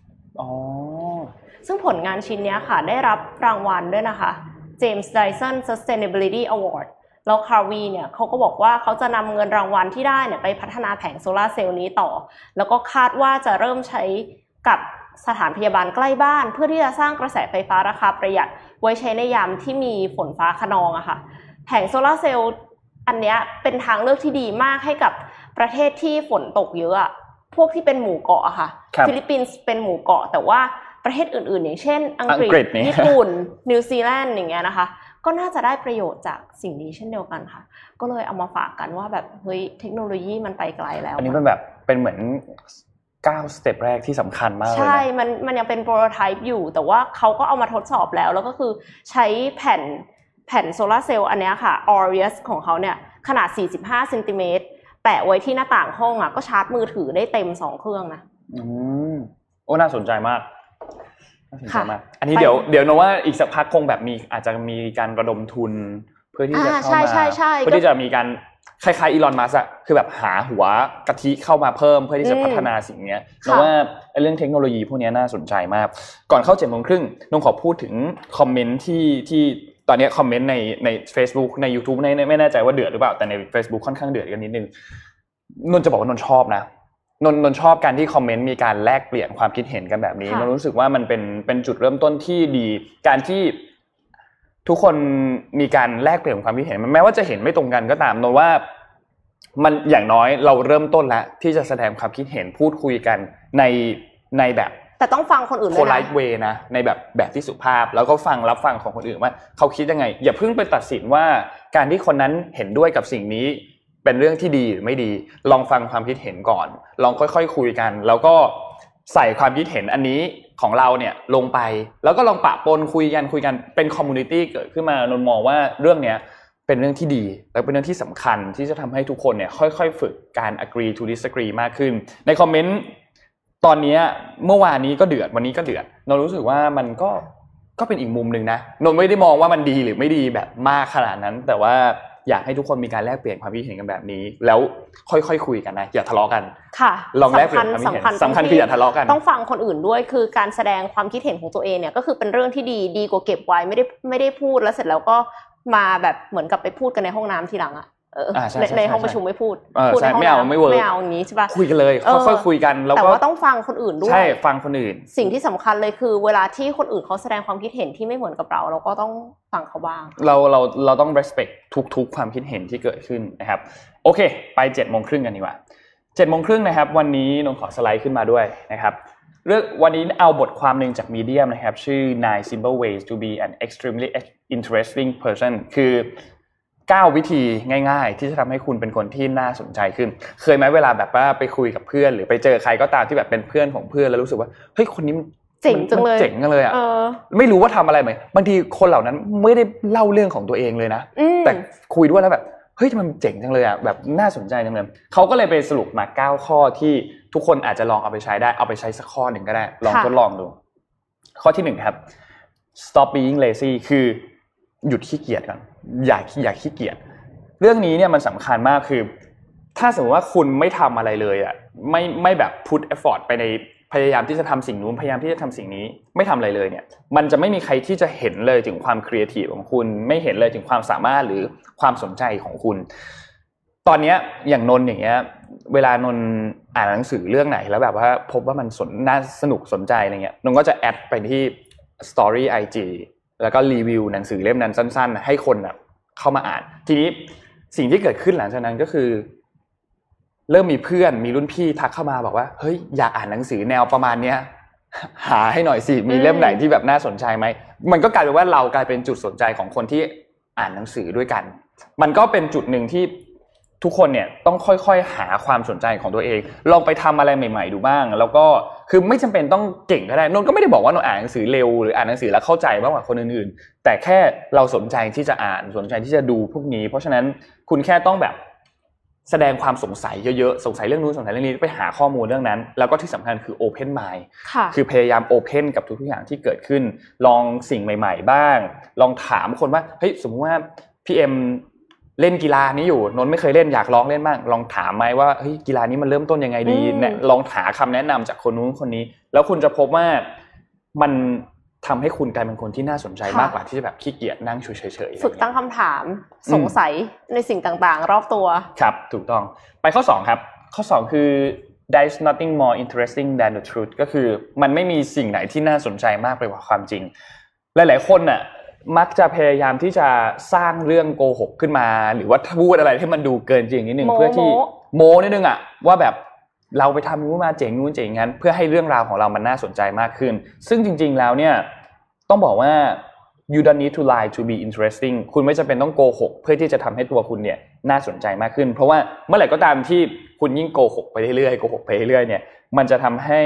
[SPEAKER 3] ซึ่งผลงานชิ้นนี้ค่ะได้รับรางวัลด้วยนะคะ James Dyson Sustainability Award แล้วคาร์วีเนี่ยเขาก็บอกว่าเขาจะนำเงินรางวัลที่ได้เนี่ยไปพัฒนาแผงโซลาร์เซลล์นี้ต่อแล้วก็คาดว่าจะเริ่มใช้กับสถานพยาบาลใกล้บ้านเพื่อที่จะสร้างกระแสไฟฟ้าราคาประหยัดไว้ใช้ในยามที่มีฝนฟ้าคะนองค่ะแผงโซลาร์เซลล์อันนี้เป็นทางเลือกที่ดีมากให้กับประเทศที่ฝนตกเยอะพวกที่เป็นหมู่เกาะค่ะฟิลิปปินส์เป็นหมู่เกาะแต่ว่าประเทศอื่นๆอย่างเช่นอังกฤษญี่ปุ่นนิวซีแลนด์อย่างเงี้ยนะคะก็น่าจะได้ประโยชน์จากสิ่งนี้เช่นเดียวกันค่ะก็เลยเอามาฝากกันว่าแบบเฮ้ยเทคโนโลยีมันไปไกลแล้ว
[SPEAKER 2] อันนี้เป็นแบบเป็นเหมือน9สเต็ปแรกที่สำคัญมากเลย
[SPEAKER 3] ใช่มันยังเป็นโปรโตไทป์อยู่แต่ว่าเขาก็เอามาทดสอบแล้วก็คือใช้แผ่นโซลาร์เซลล์อันนี้ค่ะ Aureus ของเขาเนี่ยขนาด45เซนติเมตรแปะไว้ที่หน้าต่างห้องก็ชาร์จมือถือได้เต็ม2เครื่องนะ
[SPEAKER 2] น่าสนใจมากอันนี้เดี๋ยวนะว่าอีกสักพักคงแบบอาจจะมีการระดมทุนเพื่อที่จะเข้ามาเพื่อที่จะมีการคล้ายๆอีลอนมัสก์คือแบบหาหัวกะทิเข้ามาเพิ่มเพื่อที่จะพัฒนาสิ่งนี้นะว่าเรื่องเทคโนโลยีพวกนี้น่าสนใจมากก่อนเข้า 7:30 น.น้องขอพูดถึงคอมเมนต์ที่ตอนนี้คอมเมนต์ใน Facebook ใน YouTube ไม่แน่ใจว่าเดือดหรือเปล่าแต่ใน Facebook ค่อนข้างเดือดกันนิดนึงนนจะบอกว่านนชอบนะนนชอบการที่คอมเมนต์มีการแลกเปลี่ยนความคิดเห็นกันแบบนี้นนรู้สึกว่ามันเป็นจุดเริ่มต้นที่ดีการที่ทุกคนมีการแลกเปลี่ยนความคิดเห็นแม้ว่าจะเห็นไม่ตรงกันก็ตามนนว่ามันอย่างน้อยเราเริ่มต้นแล้วที่จะแสดงความคิดเห็นพูดคุยกันในแบบ
[SPEAKER 3] แต่ต้องฟังคนอื่นด้วยนะ
[SPEAKER 2] polite way นะในแบบที่สุภาพแล้วก็รับฟังของคนอื่นว่าเขาคิดยังไงอย่าเพิ่งไปตัดสินว่าการที่คนนั้นเห็นด้วยกับสิ่งนี้เป็นเรื่องที่ดีหรือไม่ดีลองฟังความคิดเห็นก่อนลองค่อยๆคุยกันแล้วก็ใส่ความคิดเห็นอันนี้ของเราเนี่ยลงไปแล้วก็ลองปะปนคุยกันเป็นคอมมูนิตี้เกิดขึ้นมานนมองว่าเรื่องเนี้ยเป็นเรื่องที่ดีและเป็นเรื่องที่สำคัญที่จะทำให้ทุกคนเนี่ยค่อยๆฝึกการ agree to disagree มากขึ้นในคอมเมนต์ตอนนี้เมื่อวานนี้ก็เดือดวันนี้ก็เดือดนนรู้สึกว่ามันก็เป็นอีกมุมนึงนะนนไม่ได้มองว่ามันดีหรือไม่ดีแบบมากขนาดนั้นแต่ว่าอยากให้ทุกคนมีการแลกเปลี่ยนความคิดเห็นกันแบบนี้แล้วค่อยๆคุยกันนะอย่าทะเลาะกัน
[SPEAKER 3] ค่ะ
[SPEAKER 2] ลองแลกเปลี่ยนความคิดเห็นสำคัญคืออย่าทะเลาะกัน
[SPEAKER 3] ต้องฟังคนอื่นด้วยคือการแสดงความคิดเห็นของตัวเองเนี่ยก็คือเป็นเรื่องที่ดีกว่าเก็บไว้ไม่ได้พูดแล้วเสร็จแล้วก็มาแบบเหมือนกับไปพูดกันในห้องน้ำทีหลังในห้องประชุมไม่พูด
[SPEAKER 2] ในห้องน้ำไม่
[SPEAKER 3] เอาอย่างนี้ใช่ป่ะ
[SPEAKER 2] คุยกันเลยค่อยๆคุยกันแล้วก็
[SPEAKER 3] แต่ว่าต้องฟังคนอื่นด้วย
[SPEAKER 2] ใช่ฟังคนอื่น
[SPEAKER 3] สิ่งที่สำคัญเลยคือเวลาที่คนอื่นเขาแสดงความคิดเห็นที่ไม่เหมือนกับเราก็ต้องฟังเขาบ้าง
[SPEAKER 2] เราต้อง respect ทุกความคิดเห็นที่เกิดขึ้นนะครับโอเคไป 7:30 น.กันดีกว่า 7:30 น.นะครับวันนี้นนขอสไลด์ขึ้นมาด้วยนะครับเรื่องวันนี้เอาบทความนึงจาก Medium นะครับชื่อ 9 Simple Ways to be an Extremely Interesting Person คือ9วิธีง่ายๆที่จะทำให้คุณเป็นคนที่น่าสนใจขึ้นเคยไหมเวลาแบบว่าไปคุยกับเพื่อนหรือไปเจอใครก็ตามที่แบบเป็นเพื่อนของเพื่อนแล้วรู้สึกว่าเฮ้ยคนนี้
[SPEAKER 3] เจ๋งจังเลย
[SPEAKER 2] เจ๋งจังเลยอ่ะไม่รู้ว่าทำอะไรไหมบางทีคนเหล่านั้นไม่ได้เล่าเรื่องของตัวเองเลยนะแต่คุยด้วยแล้วแบบเฮ้ยมันเจ๋งจังเลยอ่ะแบบน่าสนใจจังเลยเขาก็เลยไปสรุปมา9ข้อที่ทุกคนอาจจะลองเอาไปใช้ได้เอาไปใช้สักข้อหนึ่งก็ได้ลองทดลองดูข้อที่1ครับ stop being lazy คือหยุดขี้เกียจก่อนอย่าขี้เกียจเรื่องนี้เนี่ยมันสำคัญมากคือถ้าสมมติว่าคุณไม่ทำอะไรเลยอ่ะไม่แบบ put effort ไปในพยายามที่จะทำสิ่งนู้นพยายามที่จะทำสิ่งนี้ไม่ทำอะไรเลยเนี่ยมันจะไม่มีใครที่จะเห็นเลยถึงความครีเอทีฟของคุณไม่เห็นเลยถึงความสามารถหรือความสนใจของคุณตอนนี้อย่างนนอย่างเงี้ยเวลานนอ่านหนังสือเรื่องไหนแล้วแบบว่าพบว่ามันน่าสนุกสนใจอะไรเงี้ยนนก็จะแอดไปที่ Story IG แล้วก็รีวิวหนังสือเล่มนั้นสั้นๆให้คนแบบเข้ามาอ่านทีนี้สิ่งที่เกิดขึ้นหลังจากนั้นก็คือเริ่มมีเพื่อนมีรุ่นพี่ทักเข้ามาบอกว่าเฮ้ยอยากอ่านหนังสือแนวประมาณเนี้ยหาให้หน่อยสิมีเล่มไหนที่แบบน่าสนใจไหมมันก็กลายเป็นว่าเรากลายเป็นจุดสนใจของคนที่อ่านหนังสือด้วยกันมันก็เป็นจุดหนึ่งที่ทุกคนเนี่ยต้องค่อยๆหาความสนใจของตัวเองลองไปทำอะไรใหม่ๆดูบ้างแล้วก็คือไม่จำเป็นต้องเก่งก็ได้นนก็ไม่ได้บอกว่านนอ่านหนังสือเร็วหรืออ่านหนังสือแล้วเข้าใจมากกว่าคนอื่นๆแต่แค่เราสนใจที่จะอ่านสนใจที่จะดูพวกนี้เพราะฉะนั้นคุณแค่ต้องแบบแสดงความสงสัยเยอะๆสงสัยเรื่องนู้นสงสัยเรื่องนี้ไปหาข้อมูลเรื่องนั้นแล้วก็ที่สำคัญคือ open mind คือพยายาม open กับทุกๆอย่างที่เกิดขึ้นลองสิ่งใหม่ๆบ้างลองถามคนว่าเฮ้ยสมมุติว่าพี่เอ็มเล่นกีฬานี้อยู่นนไม่เคยเล่นอยากลองเล่นบ้างลองถามไหมว่าเฮ้ยกีฬานี้มันเริ่มต้นยังไงดีเนี่ยลองหาคำแนะนำจากคนนู้นคนนี้แล้วคุณจะพบว่ามันทำให้คุณกลายเป็นคนที่น่าสนใจมากกว่าที่จะแบบขี้เกียจนั่งเฉยๆ
[SPEAKER 3] ฝึกตั้งคำถามสงสัยในสิ่งต่างๆรอบตัว
[SPEAKER 2] ครับถูกต้องไปข้อ2ครับข้อ2คือ there is nothing more interesting than the truth ก็คือมันไม่มีสิ่งไหนที่น่าสนใจมากไปกว่าความจริงหลายๆคนน่ะมักจะพยายามที่จะสร้างเรื่องโกหกขึ้นมาหรือว่าพูดอะไรให้มันดูเกินจริงนิดนึงเพื่อที่โม้นิดนึงอ่ะว่าแบบเราไปทำนู้นมาเจ๋งนู้นเจ๋งงั้นเพื่อให้เรื่องราวของเรามันน่าสนใจมากขึ้นซึ่งจริงๆแล้วเนี่ยต้องบอกว่า you don't need to lie to be interesting คุณไม่จำเป็นต้องโกหกเพื่อที่จะทำให้ตัวคุณเนี่ยน่าสนใจมากขึ้นเพราะว่าเมื่อไหร่ก็ตามที่คุณยิ่งโกหกไปเรื่อยๆโกหกไปเรื่อยๆเนี่ยมันจะทำให้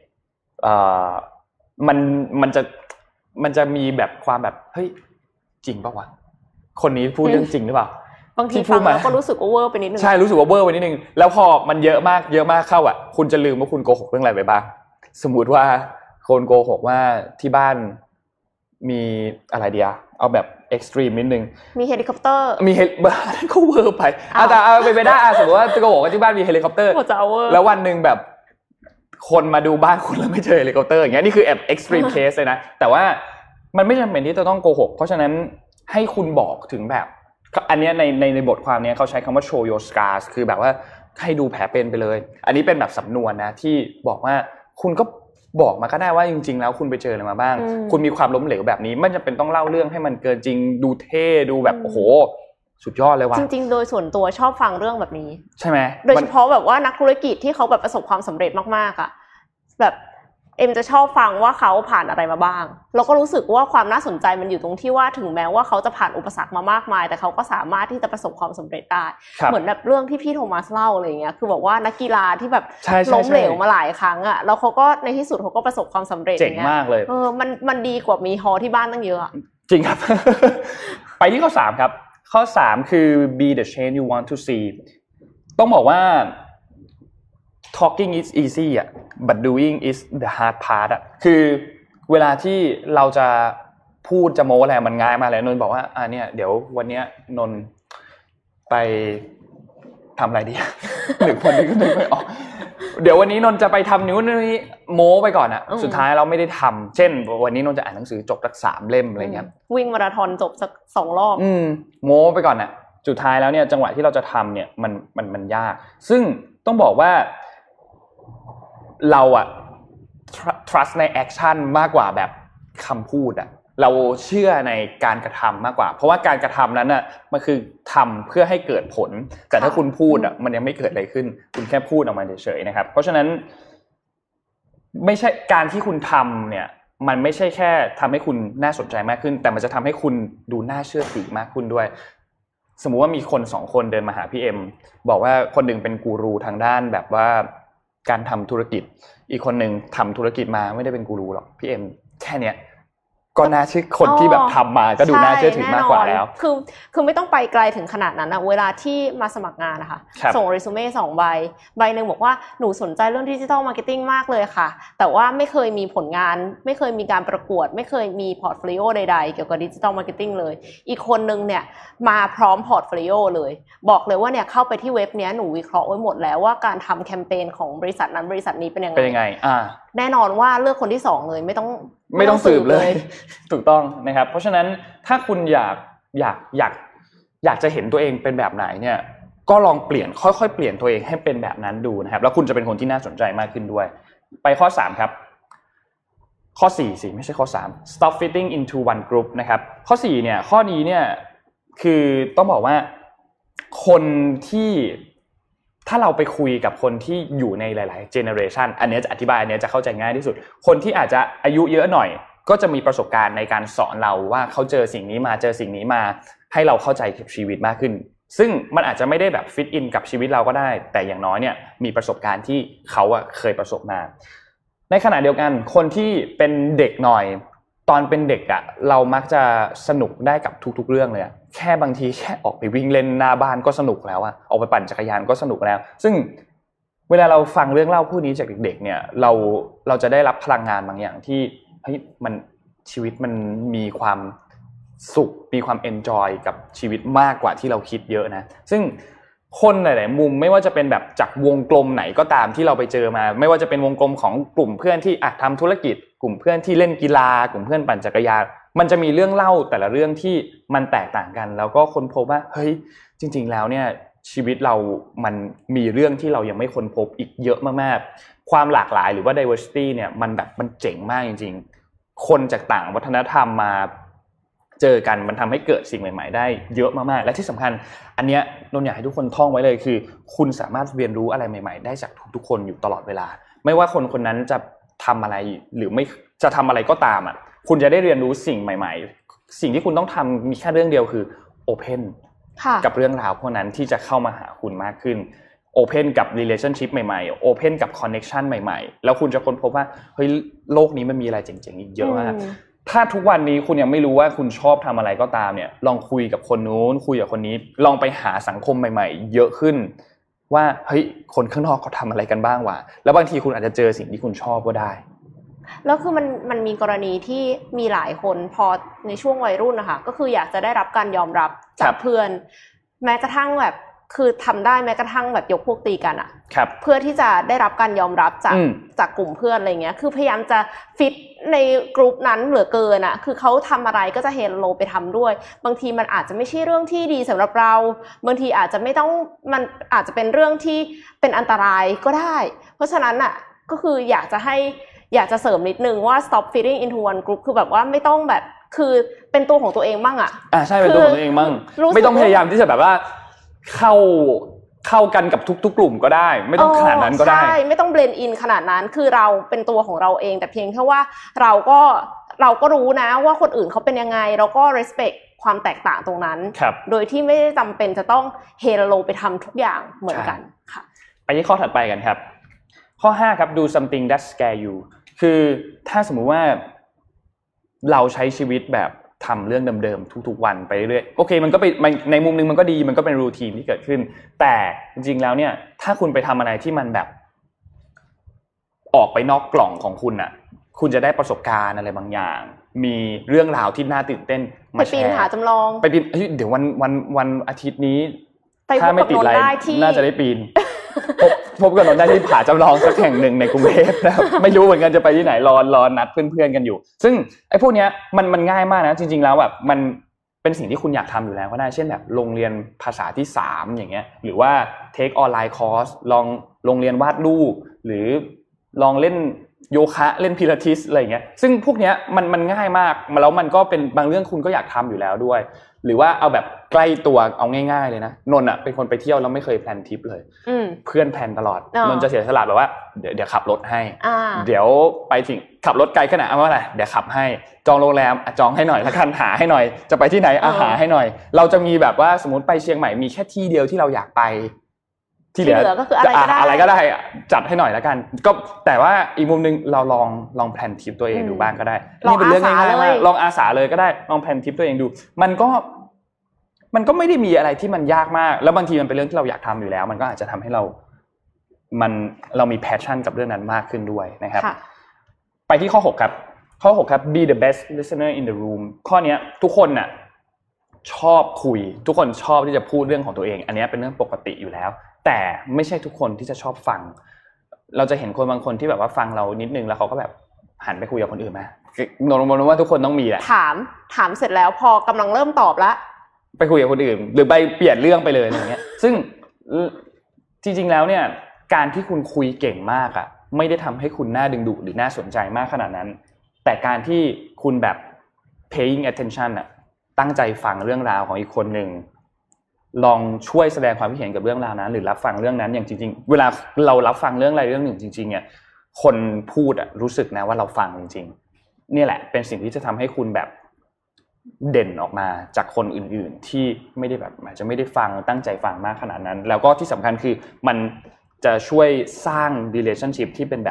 [SPEAKER 2] มันจะมีแบบความแบบเฮ้ยจริงป่ะวะคนนี้พูดเรื่องจริงหรือเปล่า
[SPEAKER 3] บางทีฟังแล้วก็รู้สึกว่าเวอร์ไปนิดนึง
[SPEAKER 2] ใช่รู้สึกว่าเวอร์ไปนิดนึงแล้วพอมันเยอะมากเข้าอ่ะคุณจะลืมว่าคุณโกหกเรื่องอะไรไปบ้างสมมุติว่าคนโกหกว่าที่บ้านมีอะไรดีอะเอาแบบเอ็กซ์ตรีมนิดนึง
[SPEAKER 3] มีเฮลิคอปเตอร์
[SPEAKER 2] มีก็เวอร์ไปแต่เอาไปได้สมมติว่าโกหกว่าที่บ้านมีเฮลิคอปเตอร์แล้ววันนึงแบบคนมาดูบ้านคุณแล้วไม่เจอเฮลิคอปเตอร์อย่างเงี้ยนี่คือแอบเอ็กซ์ตรีมเคสเลยนะแต่ว่ามันไม่จำเป็นที่จะต้องโกหกเพราะฉะนั้นให้คุณบอกถึงแบบอันนี้ในบทความนี้เขาใช้คำว่า show your scars คือแบบว่าให้ดูแผลเป็นไปเลยอันนี้เป็นแบบสำนวนนะที่บอกว่าคุณก็บอกมาก็ได้ว่าจริงๆแล้วคุณไปเจออะไรมาบ้างคุณมีความล้มเหลวแบบนี้ไม่จำเป็นต้องเล่าเรื่องให้มันเกินจริงดูเท่ดูแบบโอ้โหสุดยอดเลยว่ะ
[SPEAKER 3] จริงๆโดยส่วนตัวชอบฟังเรื่องแบบนี้
[SPEAKER 2] ใช่ไหม
[SPEAKER 3] โดยเฉพาะแบบว่านักธุรกิจที่เขาแบบประสบความสำเร็จมากๆอ่ะแบบเอ็มจะชอบฟังว่าเขาผ่านอะไรมาบ้างแล้วก็รู้สึกว่าความน่าสนใจมันอยู่ตรงที่ว่าถึงแม้ว่าเขาจะผ่านอุปสรรคมามากมายแต่เขาก็สามารถที่จะประสบความสำเร็จได้เหมือนแบบเรื่องที่พี่โทมัสเล่าอะไรอย่างเงี้ยคือบอกว่านักกีฬาที่แบบล้มเหลวมาหลายครั้งอ่ะแล้วเขาก็ในที่สุดเขาก็ประสบความสำเร็จ
[SPEAKER 2] เจ๋งมากเลย
[SPEAKER 3] มันดีกว่ามีฮอที่บ้านตั้งเยอะ
[SPEAKER 2] จริงครับ ไปที่ข้อ3ครับข้อ3คือ be the change you want to see ต้องบอกว่าtalking is easy อ่ะ but doing is the hard part อ่ะคือเวลาที่เราจะพูดจะโม้อะไรมันง่ายมากเลยนนท์บอกว่าเนี่ยเดี๋ยววันเนี้ยนนท์ไปทำอะไรดี หรือคนนึงก็นึกไม่ออกเดี๋ยววันนี้นนท์จะไปทำนิ้วนี้โม้ไปก่อนอ่ะสุดท้ายเราไม่ได้ทำเช่นวันนี้นนท์จะอ่านหนังสือจบสัก3เล่มอะไรเงี้ย
[SPEAKER 3] วิ่งมาราธอนจบสัก2รอบ
[SPEAKER 2] โม้ไปก่อนอ่ะสุดท้ายแล้วเนี่ยจังหวะที่เราจะทำเนี่ยมันยากซึ่งต้องบอกว่าเราอะ trust ใน action มากกว่าแบบคำพูดอะเราเชื่อในการกระทำมากกว่าเพราะว่าการกระทำนั้นอะมันคือทำเพื่อให้เกิดผลแต่ถ้าคุณพูดอะมันยังไม่เกิดอะไรขึ้นคุณแค่พูดออกมาเฉยๆนะครับเพราะฉะนั้นไม่ใช่การที่คุณทำเนี่ยมันไม่ใช่แค่ทำให้คุณน่าสนใจมากขึ้นแต่มันจะทำให้คุณดูน่าเชื่อถือมากขึ้นด้วยสมมุติว่ามีคน2คนเดินมาหาพี่เอ็มบอกว่าคนนึงเป็นกูรูทางด้านแบบว่าการทำธุรกิจอีกคนนึงทำธุรกิจมาไม่ได้เป็นกูรูหรอกพี่เอ็มแค่เนี้ยก็น่าเชื่อคนที่แบบทำมาก็ดูน่าเชื่อถือมากกว่าแล้ว
[SPEAKER 3] คือไม่ต้องไปไกลถึงขนาดนั้นนะเวลาที่มาสมัครงานนะคะส่งเรซูเม่2ใบนึงบอกว่าหนูสนใจเรื่องดิจิทัลมาร์เก็ตติ้งมากเลยค่ะแต่ว่าไม่เคยมีผลงานไม่เคยมีการประกวดไม่เคยมีพอร์ตโฟลิโอใดๆเกี่ยวกับดิจิทัลมาร์เก็ตติ้งเลยอีกคนนึงเนี่ยมาพร้อมพอร์ตโฟลิโอเลยบอกเลยว่าเนี่ยเข้าไปที่เว็บเนี้ยหนูวิเคราะห์ไว้หมดแล้วว่าการทำแคมเปญของบริษัทนั้นบริษัทนี้เป็นยังไงแน่นอนว่าเลือกคนที่2เลยไม่ต้อง
[SPEAKER 2] สืบเลยถูกต้องนะครับเพราะฉะนั้นถ้าคุณอยากจะเห็นตัวเองเป็นแบบไหนเนี่ยก็ลองเปลี่ยนค่อยๆเปลี่ยนตัวเองให้เป็นแบบนั้นดูนะครับแล้วคุณจะเป็นคนที่น่าสนใจมากขึ้นด้วยไปข้อ3ครับข้อ4สิไม่ใช่ข้อ3 stop fitting into one group นะครับข้อ4เนี่ยข้อนี้เนี่ยคือต้องบอกว่าคนที่ถ้าเราไปคุยกับคนที่อยู่ในหลายๆ generation อันนี้จะอธิบายอันนี้จะเข้าใจง่ายที่สุดคนที่อาจจะอายุเยอะหน่อยก็จะมีประสบการณ์ในการสอนเราว่าเขาเจอสิ่งนี้มาเจอสิ่งนี้มาให้เราเข้าใจกับชีวิตมากขึ้นซึ่งมันอาจจะไม่ได้แบบฟิตอินกับชีวิตเราก็ได้แต่อย่างน้อยเนี่ยมีประสบการณ์ที่เขาเคยประสบมาในขณะเดียวกันคนที่เป็นเด็กหน่อยตอนเป็นเด็กเรามักจะสนุกได้กับทุกๆเรื่องเลยแค่บางทีแค่ออกไปวิ่งเล่นหน้าบ้านก็สนุกแล้วออกไปปั่นจักรยานก็สนุกแล้วซึ่งเวลาเราฟังเรื่องเล่าพวกนี้จากเด็กๆเนี่ยเราจะได้รับพลังงานบางอย่างที่เฮ้ยมันชีวิตมันมีความสุขมีความเอนจอยกับชีวิตมากกว่าที่เราคิดเยอะนะซึ่งคนหลายๆมุมไม่ว่าจะเป็นแบบจากวงกลมไหนก็ตามที่เราไปเจอมาไม่ว่าจะเป็นวงกลมของกลุ่มเพื่อนที่ทำธุรกิจกลุ่มเพื่อนที่เล่นกีฬากลุ่มเพื่อนปั่นจักรยานมันจะมีเรื่องเล่าแต่ละเรื่องที่มันแตกต่างกันแล้วก็ค้นพบว่าเฮ้ยจริงๆแล้วเนี่ยชีวิตเรามันมีเรื่องที่เรายังไม่ค้นพบอีกเยอะมากๆความหลากหลายหรือว่า diversity เนี่ยมันเจ๋งมากจริงๆคนจากต่างวัฒนธรรมมาเจอกันมันทำให้เกิดสิ่งใหม่ๆได้เยอะมากๆและที่สำคัญอันเนี้ยนนท์อยากให้ทุกคนท่องไว้เลยคือคุณสามารถเรียนรู้อะไรใหม่ๆได้จากทุกๆคนอยู่ตลอดเวลาไม่ว่าคนนั้นจะทำอะไรหรือไม่จะทำอะไรก็ตามคุณจะได้เรียนรู้สิ่งใหม่ๆสิ่งที่คุณต้องทำมีแค่เรื่องเดียวคือ open กับเรื่องราวพวกนั้นที่จะเข้ามาหาคุณมากขึ้น open กับ relationship ใหม่ๆ open กับ connection ใหม่ๆแล้วคุณจะค้นพบว่าเฮ้ยโลกนี้มันมีอะไรเจ๋งๆอีกเยอะมากถ้าทุกวันนี้คุณยังไม่รู้ว่าคุณชอบทำอะไรก็ตามเนี่ยลองคุยกับคนนู้นคุยกับคนนี้ลองไปหาสังคมใหม่ๆเยอะขึ้นว่าเฮ้ยคนข้างนอกเขาทำอะไรกันบ้างวะแล้วบางทีคุณอาจจะเจอสิ่งที่คุณชอบก็ได้
[SPEAKER 3] แล้วคือมันมีกรณีที่มีหลายคนพอในช่วงวัยรุ่นนะคะก็คืออยากจะได้รับการยอมรับจากเพื่อนแม้กระทั่งแบบคือทำได้แม้กระทั่งแบบยกพวกตีกันเพื่อที่จะได้รับการยอมรับจากกลุ่มเพื่อนอะไรเงี้ยคือพยายามจะฟิตในกลุ่มนั้นเหลือเกินคือเขาทำอะไรก็จะเฮโลไปทำด้วยบางทีมันอาจจะไม่ใช่เรื่องที่ดีสำหรับเราบางทีอาจจะไม่ต้องมันอาจจะเป็นเรื่องที่เป็นอันตรายก็ได้เพราะฉะนั้นก็คืออยากจะเสริมนิดนึงว่า stop fitting into one group คือแบบว่าไม่ต้องแบบคือเป็นตัวของตัวเองมั่ง
[SPEAKER 2] ใช่เป็นตัวของตัวเองมั่งไม่ต้องพยายามที่จะแบบว่าเข้ากันกับทุกๆกลุ่มก็ได้ไม่ต้องขนาดนั้นก็ได้
[SPEAKER 3] ใช่ไม่ต้อง blend in ขนาดนั้นคือเราเป็นตัวของเราเองแต่เพียงแค่ว่าเราก็รู้นะว่าคนอื่นเขาเป็นยังไงเราก็ respect ความแตกต่างตรงนั้นโดยที่ไม่ได้จำเป็นจะต้องเฮโลไปทำทุกอย่างเหมือนกันค่ะ
[SPEAKER 2] ไปที่ข้อถัดไปกันครับข้อ5ครับ do something that scare you คือถ้าสมมุติว่าเราใช้ชีวิตแบบทำเรื่องเดิมๆทุกๆวันไปเรื่อยๆโอเคมันก็เป็นในมุมนึงมันก็ดีมันก็เป็นรูทีนที่เกิดขึ้นแต่จริงๆแล้วเนี่ยถ้าคุณไปทำอะไรที่มันแบบออกไปนอกกล่องของคุณคุณจะได้ประสบการณ์อะไรบางอย่างมีเรื่องราวที่น่าตื่นเต้นมาแชร์
[SPEAKER 3] ไปปีนหาจำลอง
[SPEAKER 2] ไปปีนเดี๋ยววันอาทิตย์นี้ถ้าไม่ติดอะไรน่าจะได้ปีนพบกันได้ที่ผาจำลองสักแห่งหนึ่งในกรุงเทพนะครับไม่รู้เหมือนกันจะไปที่ไหนรอนัดเพื่อนๆกันอยู่ซึ่งไอ้พวกเนี้ยมันง่ายมากนะจริงๆแล้วแบบมันเป็นสิ่งที่คุณอยากทำอยู่แล้วก็ได้เช่นแบบโรงเรียนภาษาที่3อย่างเงี้ยหรือว่า take online course ลองโรงเรียนวาดรูปหรือลองเล่นโยคะเล่นพิลาทิสอะไรอย่างเงี้ยซึ่งพวกเนี้ยมันง่ายมากแล้วมันก็เป็นบางเรื่องคุณก็อยากทำอยู่แล้วด้วยหรือว่าเอาแบบใกล้ตัวเอาง่ายๆเลยนะนนท์เป็นคนไปเที่ยวแล้วไม่เคยแพลนทริปเลยเพื่อนแพลนตลอดนนท์จะเสียสละแบบว่าเดี๋ยวขับรถให้เดี๋ยวไปถึงขับรถไกลขนาดว่าอะไรเดี๋ยวขับให้จองโรงแรมจองให้หน่อยละกันหาให้หน่อยจะไปที่ไหนหาให้หน่อยเราจะมีแบบว่าสมมติไปเชียงใหม่มีแค่ที่เดียวที่เราอยากไปที่เหลือ
[SPEAKER 3] ก็คืออะไร
[SPEAKER 2] ก็ได้จัดให้หน่อยละกันก็แต่ว่าอีกมุมนึงเราลองแพลนทริปตัวเองดูบ้างก็ได้นี่เป็นเรื่องง่ายๆมากลองอาสาเลยก็ได้ลองแพลนทริปตัวเองดูมันก็ไม่ได้มีอะไรที่มันยากมากแล้วบางทีมันเป็นเรื่องที่เราอยากทำอยู่แล้วมันก็อาจจะทำให้เรามี passion กับเรื่องนั้นมากขึ้นด้วยนะครับไปที่ข้อ6ครับข้อ6ครับ be the best listener in the room ข้อนี้ทุกคนชอบคุยทุกคนชอบที่จะพูดเรื่องของตัวเองอันนี้เป็นเรื่องปกติอยู่แล้วแต่ไม่ใช่ทุกคนที่จะชอบฟังเราจะเห็นคนบางคนที่แบบว่าฟังเรานิดนึงแล้วเขาก็แบบหันไปคุยกับคนอื่นมานนว่าทุกคนต้องมีแหละ
[SPEAKER 3] ถามเสร็จแล้วพอกำลังเริ่มตอบแล้ว
[SPEAKER 2] ไปคุยกับคนอื่นหรือไปเปลี่ยนเรื่องไปเลยอะไรเงี้ยซึ่งจริงๆแล้วเนี่ยการที่คุณคุยเก่งมากอ่ะไม่ได้ทำให้คุณน่าดึงดูดหรือน่าสนใจมากขนาดนั้นแต่การที่คุณแบบ paying attention อ่ะตั้งใจฟังเรื่องราวของอีกคนนึงลองช่วยแสดงความคิดเห็นกับเรื่องราวนั้นหรือรับฟังเรื่องนั้นอย่างจริงๆเวลาเรารับฟังเรื่องอะไรเรื่องหนึ่งจริงๆเนี่ยคนพูดอ่ะรู้สึกนะว่าเราฟังจริงๆนี่แหละเป็นสิ่งที่จะทำให้คุณแบบเด่นออกมาจากคนอื่นๆที่ไม่ได้แบบอาจจะไม่ได้ฟังตั้งใจฟังมากขนาดนั้นแล้วก็ที่สำคัญคือมันจะช่วยสร้าง relationship ที่เป็นแบบ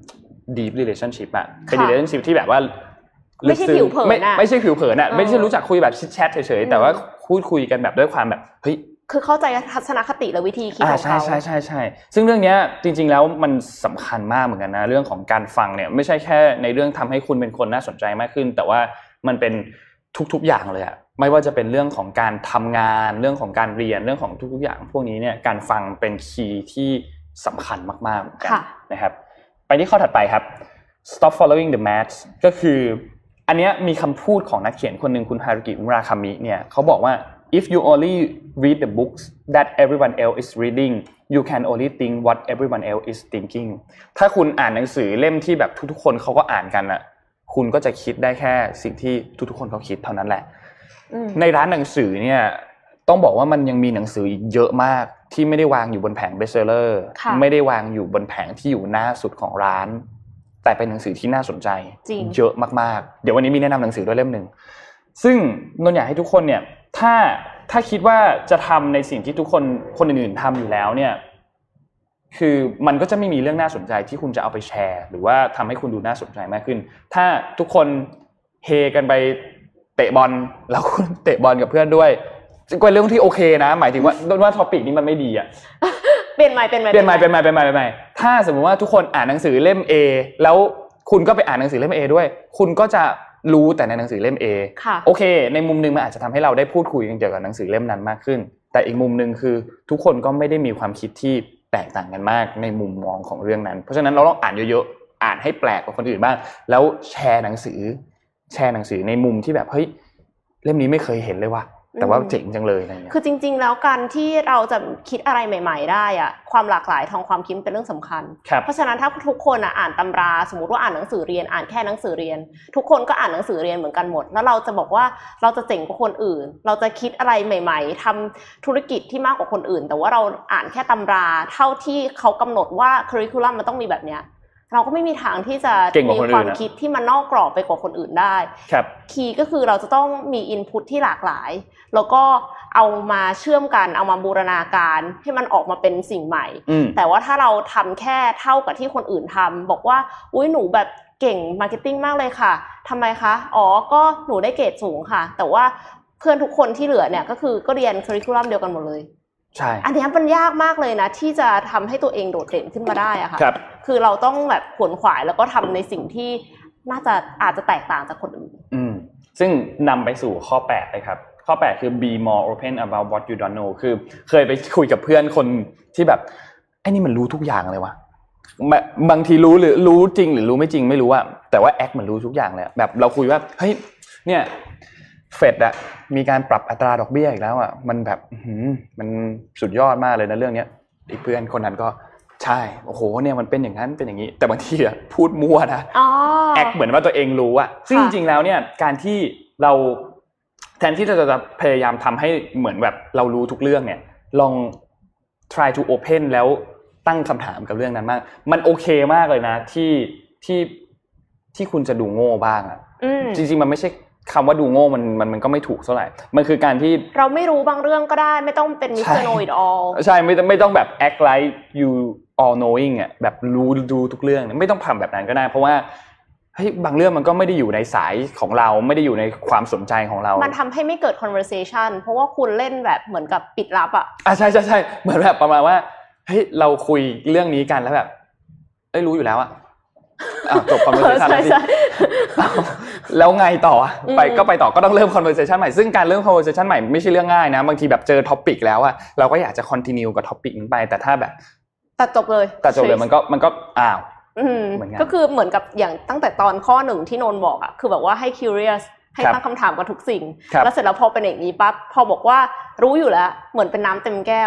[SPEAKER 2] deep relationship อ่ะเป็น relationship ที่แบบว่า
[SPEAKER 3] ไม่ใช่ผิวเผินน่ะ
[SPEAKER 2] ไม่ใช่ผิวเผินน่ะไม่ใช่รู้จักคุยแบบแชทเฉยๆแต่ว่าพูดคุยกันแบบด้วยความแบบเฮ้ย
[SPEAKER 3] คือเข้าใจทัศนคติและวิธีคิดของเขา
[SPEAKER 2] ใช่ๆๆๆซึ่งเรื่องนี้จริงๆแล้วมันสำคัญมากเหมือนกันนะเรื่องของการฟังเนี่ยไม่ใช่แค่ในเรื่องทำให้คุณเป็นคนน่าสนใจมากขึ้นแต่ว่ามันเป็นทุกๆอย่างเลยอะไม่ว่าจะเป็นเรื่องของการทำงานเรื่องของการเรียนเรื่องของทุกๆอย่างพวกนี้เนี่ยการฟังเป็นคีย์ที่สำคัญมากๆเหมือนกันนะครับไปที่ข้อถัดไปครับ stop following the mass ก็คืออันนี้มีคำพูดของนักเขียนคนหนึ่งคุณฮารุกิ มุราคามิเนี่ยเขาบอกว่า if you only read the books that everyone else is reading you can only think what everyone else is thinking ถ้าคุณอ่านหนังสือเล่มที่แบบทุกๆคนเขาก็อ่านกันน่ะคุณก็จะคิดได้แค่สิ่งที่ทุกๆคนเขาคิดเท่านั้นแหละในร้านหนังสือเนี่ยต้องบอกว่ามันยังมีหนังสืออีกเยอะมากที่ไม่ได้วางอยู่บนแผงเบสเซลเลอร์ไม่ได้วางอยู่บนแผงที่อยู่หน้าสุดของร้านแต่เป็นหนังสือที่น่าสนใจเยอะมากๆเดี๋ยววันนี้มีแนะนำหนังสือด้วยเล่มนึงซึ่งนนอยากให้ทุกคนเนี่ยถ้าคิดว่าจะทำในสิ่งที่ทุกคนอื่นๆทำอยู่แล้วเนี่ยคือมันก็จะไม่มีเรื่องน่าสนใจที่คุณจะเอาไปแชร์หรือว่าทำให้คุณดูน่าสนใจมากขึ้นถ้าทุกคนเฮกันไปเตะบอลแล้วคุณเตะบอลกับเพื่อนด้วยก็เป็นเรื่องที่โอเคนะหมายถึงว่าท็อปิกนี้มันไม่ดีอ่ะ
[SPEAKER 3] เปลี่ยนใหม่
[SPEAKER 2] ถ้าสมมติว่าทุกคนอ่านหนังสือเล่ม A แล้วคุณก็ไปอ่านหนังสือเล่ม A ด้วยคุณก็จะรู้แต่ในหนังสือเล่ม A โอเคในมุมนึงมันอาจจะทำให้เราได้พูดคุยกันเกี่ยวกับหนังสือเล่มนั้นมากขึ้นแต่อีกมุมนึงคือทุกคนก็ไม่ได้มีความคิดที่แตกต่างกันมากในมุมมองของเรื่องนั้นเพราะฉะนั้นเราต้องอ่านเยอะๆอ่านให้แปลกกว่าคนอื่นบ้างแล้วแชร์หนังสือในมุมที่แบบเฮ้ยเล่มนี้ไม่เคยเห็นเลยว่ะแต่ว่าเจ๋งจังเลยอะไรเงี้ย
[SPEAKER 3] คือจริงๆแล้วการที่เราจะคิดอะไรใหม่ๆได้อ่ะความหลากหลายทางความคิดเป็นเรื่องสำคัญเพราะฉะนั้นถ้าทุกคนอ่านตำราสมมุติว่าอ่านหนังสือเรียนอ่านแค่หนังสือเรียนทุกคนก็อ่านหนังสือเรียนเหมือนกันหมดแล้วเราจะบอกว่าเราจะเจ๋งกว่าคนอื่นเราจะคิดอะไรใหม่ๆทำธุรกิจที่มากกว่าคนอื่นแต่ว่าเราอ่านแค่ตำราเท่าที่เขากำหนดว่าคัริคูลัมมันต้องมีแบบเนี้ยเราก็ไม่มีทางที่จะมีความคิดที่มันนอกกรอบไปกว่าคนอื่นได้คีย์ก็คือเราจะต้องมีอินพุตที่หลากหลายแล้วก็เอามาเชื่อมกันเอามาบูรณาการให้มันออกมาเป็นสิ่งใหม่แต่ว่าถ้าเราทำแค่เท่ากับที่คนอื่นทำบอกว่าอุ๊ยหนูแบบเก่งมาร์เก็ตติ้งมากเลยค่ะทำไมคะอ๋อก็หนูได้เกรดสูงค่ะแต่ว่าเพื่อนทุกคนที่เหลือเนี่ยก็เรียนคัริคูลัมเดียวกันหมดเลย
[SPEAKER 2] ใช่
[SPEAKER 3] อันนี้มันยากมากเลยนะที่จะทำให้ตัวเองโดดเด่นขึ้นมาได้อะค่ะคือเราต้องแบบขวนขวายแล้วก็ทำในสิ่งที่อาจจะแตกต่างจากคนอื่น
[SPEAKER 2] ซึ่งนำไปสู่ข้อ8เลยครับข้อ8คือ be more open about what you don't know คือเคยไปคุยกับเพื่อนคนที่แบบไอ้นี่มันรู้ทุกอย่างเลยวะบางทีรู้หรือรู้จริงหรือรู้ไม่จริงไม่รู้อะแต่ว่าแอคเหมือนรู้ทุกอย่างเลยแบบเราคุยว่าเฮ้ยเนี่ยเฟดอะมีการปรับอัตราดอกเบี้ยอีกแล้วอะมันแบบมันสุดยอดมากเลยนะเรื่องนี้อีกเพื่อนคนนั้นก็ใช่โอ้โหเนี่ยมันเป็นอย่างนั้นเป็นอย่างนี้แต่บางทีอะพูดมั่วนะแอคเหมือนว่าตัวเองรู้อะซึ่งจริงๆแล้วเนี่ยการที่เราแทนที่จะพยายามทำให้เหมือนแบบเรารู้ทุกเรื่องเนี่ยลอง try to open แล้วตั้งคำถามกับเรื่องนั้นมากมันโอเคมากเลยนะที่คุณจะดูโง่บ้างอะจริงๆมันไม่ใช่คำว่าดูโง่มันก็ไม่ถูกเท่าไหร่มันคือการที่
[SPEAKER 3] เราไม่รู้บางเรื่องก็ได้ไม่ต้องเป็น Mr. Know It All
[SPEAKER 2] ใช่ไม่ต้องแบบ act like you all knowing อ่ะแบบรู้ดูทุกเรื่องไม่ต้องทำแบบนั้นก็ได้เพราะว่าเฮ้ยบางเรื่องมันก็ไม่ได้อยู่ในสายของเราไม่ได้อยู่ในความสนใจของเรา
[SPEAKER 3] มันทำให้ไม่เกิด conversation เพราะว่าคุณเล่นแบบเหมือนกับปิดลับอ่ะ
[SPEAKER 2] ใช่เหมือนแบบประมาณว่าเฮ้ยเราคุยเรื่องนี้กันแล้วแบบรู้อยู่แล้วอ่ะจบ conversation แล้วไงต่อไปต่อก็ต้องเริ่ม conversation ใหม่ซึ่งการเริ่ม conversation ใหม่ไม่ใช่เรื่องง่ายนะบางทีแบบเจอ topic แล้วอ่ะเราก็อยากจะ continue กับ topic นั้นไปแต่ถ้าแบบ
[SPEAKER 3] ตัดจบเลย
[SPEAKER 2] มันก็
[SPEAKER 3] ก็คือเหมือนกับอย่างตั้งแต่ตอนข้อ1ที่โนนบอกอ่ะคือแบบว่าให้ curious ให้ตั้งคำถามกับทุกสิ่งแล้วเสร็จแล้วพอเป็นอย่างนี้ปั๊บพอบอกว่ารู้อยู่แล้วเหมือนเป็นน้ำเต็มแก้วอ่ะ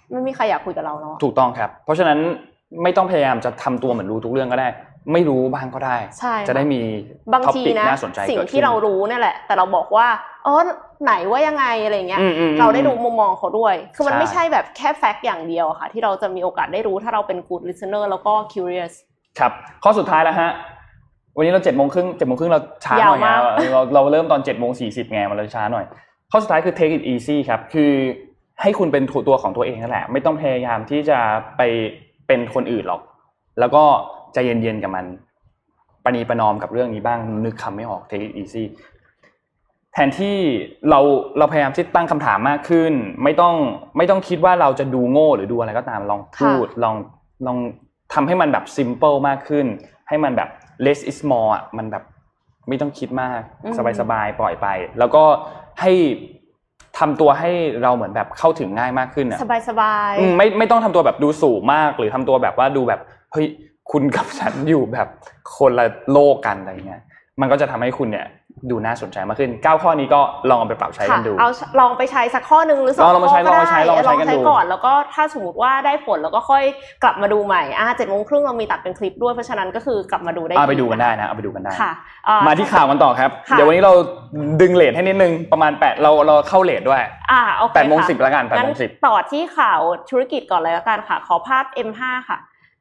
[SPEAKER 3] ไม่มีใครอยากคุยกับเราเนาะ
[SPEAKER 2] ถูกต้องครับเพราะฉะนั้นไม่ต้องพยายามจะทำตัวเหมือนรู้ทุกเรื่องก็ได้ไม่รู้บ้างก็ได้จะได้มีท็อปิกน่าสนใจ
[SPEAKER 3] สิ่งที่เรารู้เนี่ยแหละแต่เราบอกว่าไหนว่ายังไงอะไรเงี้ยเราได้รู้มุมมองเขาด้วยคือมันไม่ใช่แบบแค่แฟกต์อย่างเดียวค่ะที่เราจะมีโอกาสได้รู้ถ้าเราเป็น good listener แล้วก็ curious
[SPEAKER 2] ครับข้อสุดท้ายแล้วฮะวันนี้เรา 7:30 7:30เราช้าหน่อยนะเราเริ่มตอน 7:40 ไงมันเลยช้าหน่อยข้อสุดท้ายคือ take it easy ครับคือให้คุณเป็นตัวของตัวเองนั่นแหละไม่ต้องพยายามที่จะไปเป็นคนอื่นหรอกแล้วก็ใจเย็นๆกับมันประนีประนอมกับเรื่องนี้บ้างนึกคำไม่ออก take it easy แทนที่เราพยายามที่ตั้งคำถามมากขึ้นไม่ต้องคิดว่าเราจะดูโง่หรือดูอะไรก็ตามลองพูดลองทำให้มันแบบ simple มากขึ้นให้มันแบบ less is more อ่ะมันแบบไม่ต้องคิดมากสบายๆปล่อยไปแล้วก็ให้ทำตัวให้เราเหมือนแบบเข้าถึงง่ายมากขึ้นอ่ะ
[SPEAKER 3] สบาย
[SPEAKER 2] ๆไม่ต้องทำตัวแบบดูสูงมากหรือทำตัวแบบว่าดูแบบเฮ้ยคุณกับฉันอยู่แบบคนละโลกกันอะไรเงี้ยมันก็จะทำให้คุณเนี่ยดูน่าสนใจมากขึ้น9ข้อนี้ก็ลองเอาไปปรับใช้กันดู
[SPEAKER 3] เอาลองไปใช้สักข้อนึงหรือ2ข้อก็ได้ลองใช้ก่อนแล้วก็ถ้าสมมติว่าได้ผลแล้วก็ค่อยกลับมาดูใหม่7:30เรามีตัดเป็นคลิปด้วยเพราะฉะนั้นก็คือกลับมาดูได้
[SPEAKER 2] ไปดูกันได้นะเอาไปดูกันได้มาที่ข่าวกันต่อครับเดี๋ยววันนี้เราดึงเรทให้นิดนึงประมาณ8เราเข้าเรทด้วย
[SPEAKER 3] โอเค
[SPEAKER 2] 8:10 แล้วกัน 8:10
[SPEAKER 3] ต่อที่ข่าวธุรกิจก่อนเลยละกันค่ะขอภาพ M5 ค่ะ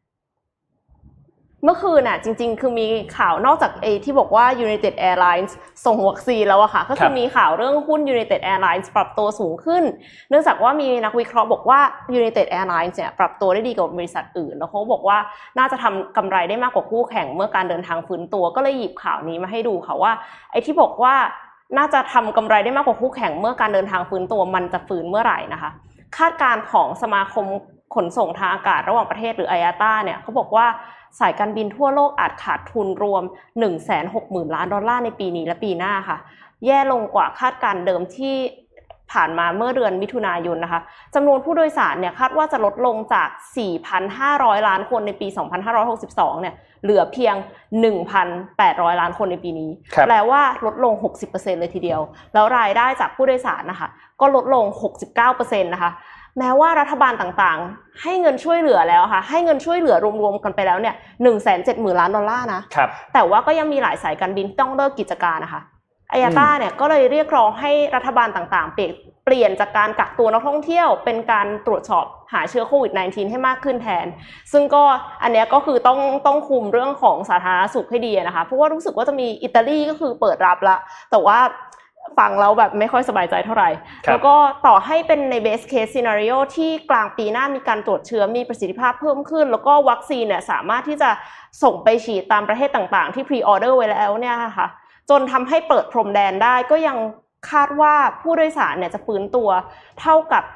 [SPEAKER 3] เมื่อคืนน่ะจริงๆคือมีข่าวนอกจากที่บอกว่า United Airlines ส่งวัคซีนแล้วอะค่ะก็คือมีข่าวเรื่องหุ้น United Airlines ปรับตัวสูงขึ้นเนื่องจากว่ามีนักวิเคราะห์บอกว่า United Airlines เนี่ยปรับตัวได้ดีกว่าบริษัทอื่นแล้วเขาบอกว่าน่าจะทำกำไรได้มากกว่าคู่แข่งเมื่อการเดินทางฟื้นตัวก็เลยหยิบข่าวนี้มาให้ดูค่ะว่าที่บอกว่าน่าจะทำกำไรได้มากกว่าคู่แข่งเมื่อการเดินทางฟื้นตัวมันจะฟื้นเมื่อไหร่นะคะคาดการณ์ของสมาคมขนส่งทางอากาศระหว่างประเทศหรือ IATA เนี่ยเขาบอกว่าสายการบินทั่วโลกอาจขาดทุนรวม 160,000 ล้านดอลลาร์ในปีนี้และปีหน้าค่ะแย่ลงกว่าคาดการณ์เดิมที่ผ่านมาเมื่อเดือนมิถุนายนนะคะจำนวนผู้โดยสารเนี่ยคาดว่าจะลดลงจาก 4,500 ล้านคนในปี 2562 เนี่ยเหลือเพียง 1,800 ล้านคนในปีนี้แปลว่าลดลง 60% เลยทีเดียวแล้วรายได้จากผู้โดยสารนะคะก็ลดลง 69% นะคะแม้ว่ารัฐบาลต่างๆให้เงินช่วยเหลือแล้วค่ะให้เงินช่วยเหลือรวมๆกันไปแล้วเนี่ย 170,000 ล้านดอลลาร์นะครับแต่ว่าก็ยังมีหลายสายการบินต้องเลิกกิจการนะคะIATA เนี่ยก็เลยเรียกร้องให้รัฐบาลต่างๆเปลี่ยนจากการกักตัวนักท่องเที่ยวเป็นการตรวจสอบหาเชื้อโควิด -19 ให้มากขึ้นแทนซึ่งก็อันเนี้ยก็คือต้องคุมเรื่องของสาธารณสุขให้ดีนะคะเพราะว่ารู้สึกว่าจะมีอิตาลีก็คือเปิดรับละแต่ว่าฟังแล้วแบบไม่ค่อยสบายใจเท่าไหร่แล้วก็ต่อให้เป็นใน best case scenario ที่กลางปีหน้ามีการตรวจเชื้อมีประสิทธิภาพเพิ่มขึ้นแล้วก็วัคซีนเนี่ยสามารถที่จะส่งไปฉีดตามประเทศต่างๆที่ pre-order ไว้แล้วเนี่ยค่ะจนทำให้เปิดพรมแดนได้ก็ยังคาดว่าผู้โดยสารเนี่ยจะฟื้นตัวเท่ากับ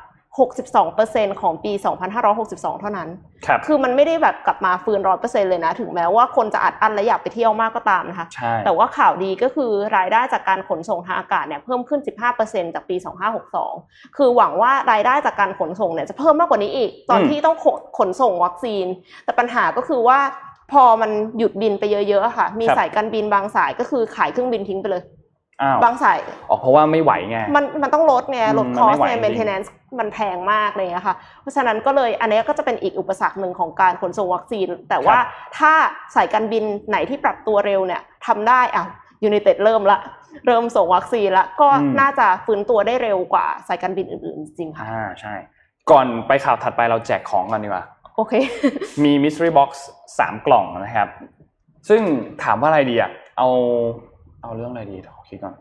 [SPEAKER 3] 62% ของปี 2562 เท่านั้นคือมันไม่ได้แบบกลับมาฟื้น 100% เลยนะถึงแม้ว่าคนจะอัดอั้นและอยากไปเที่ยวมากก็ตามนะคะแต่ว่าข่าวดีก็คือรายได้จากการขนส่งทางอากาศเนี่ยเพิ่มขึ้น 15% จากปี 2562 คือหวังว่ารายได้จากการขนส่งเนี่ยจะเพิ่มมากกว่านี้อีกตอนที่ต้องขนส่งวัคซีนแต่ปัญหาก็คือว่าพอมันหยุดบินไปเยอะๆค่ะมีสายการบินบางสายก็คือขายเครื่องบินทิ้งไปเลยบางสาย
[SPEAKER 2] เพราะว่าไม่ไหวไง
[SPEAKER 3] มันต้องลดไงลดคอสไง maintenance มันแพงมากเลยนะคะเพราะฉะนั้นก็เลยอันนี้ก็จะเป็นอีกอุปสรรคหนึ่งของการขนส่งวัคซีนแต่ว่าถ้าสายการบินไหนที่ปรับตัวเร็วเนี่ยทำได้United เริ่มส่งวัคซีนละก็น่าจะฟื้นตัวได้เร็วกว่าสายการบินอื่นๆจริงค่ะ
[SPEAKER 2] ใช่ก่อนไปข่าวถัดไปเราแจกของกันดีกว่า
[SPEAKER 3] โอเค
[SPEAKER 2] มี mystery box 3 กล่องนะครับซึ่งถามว่าอะไรดีเอาเรื่องอะไรดีคิดก่อน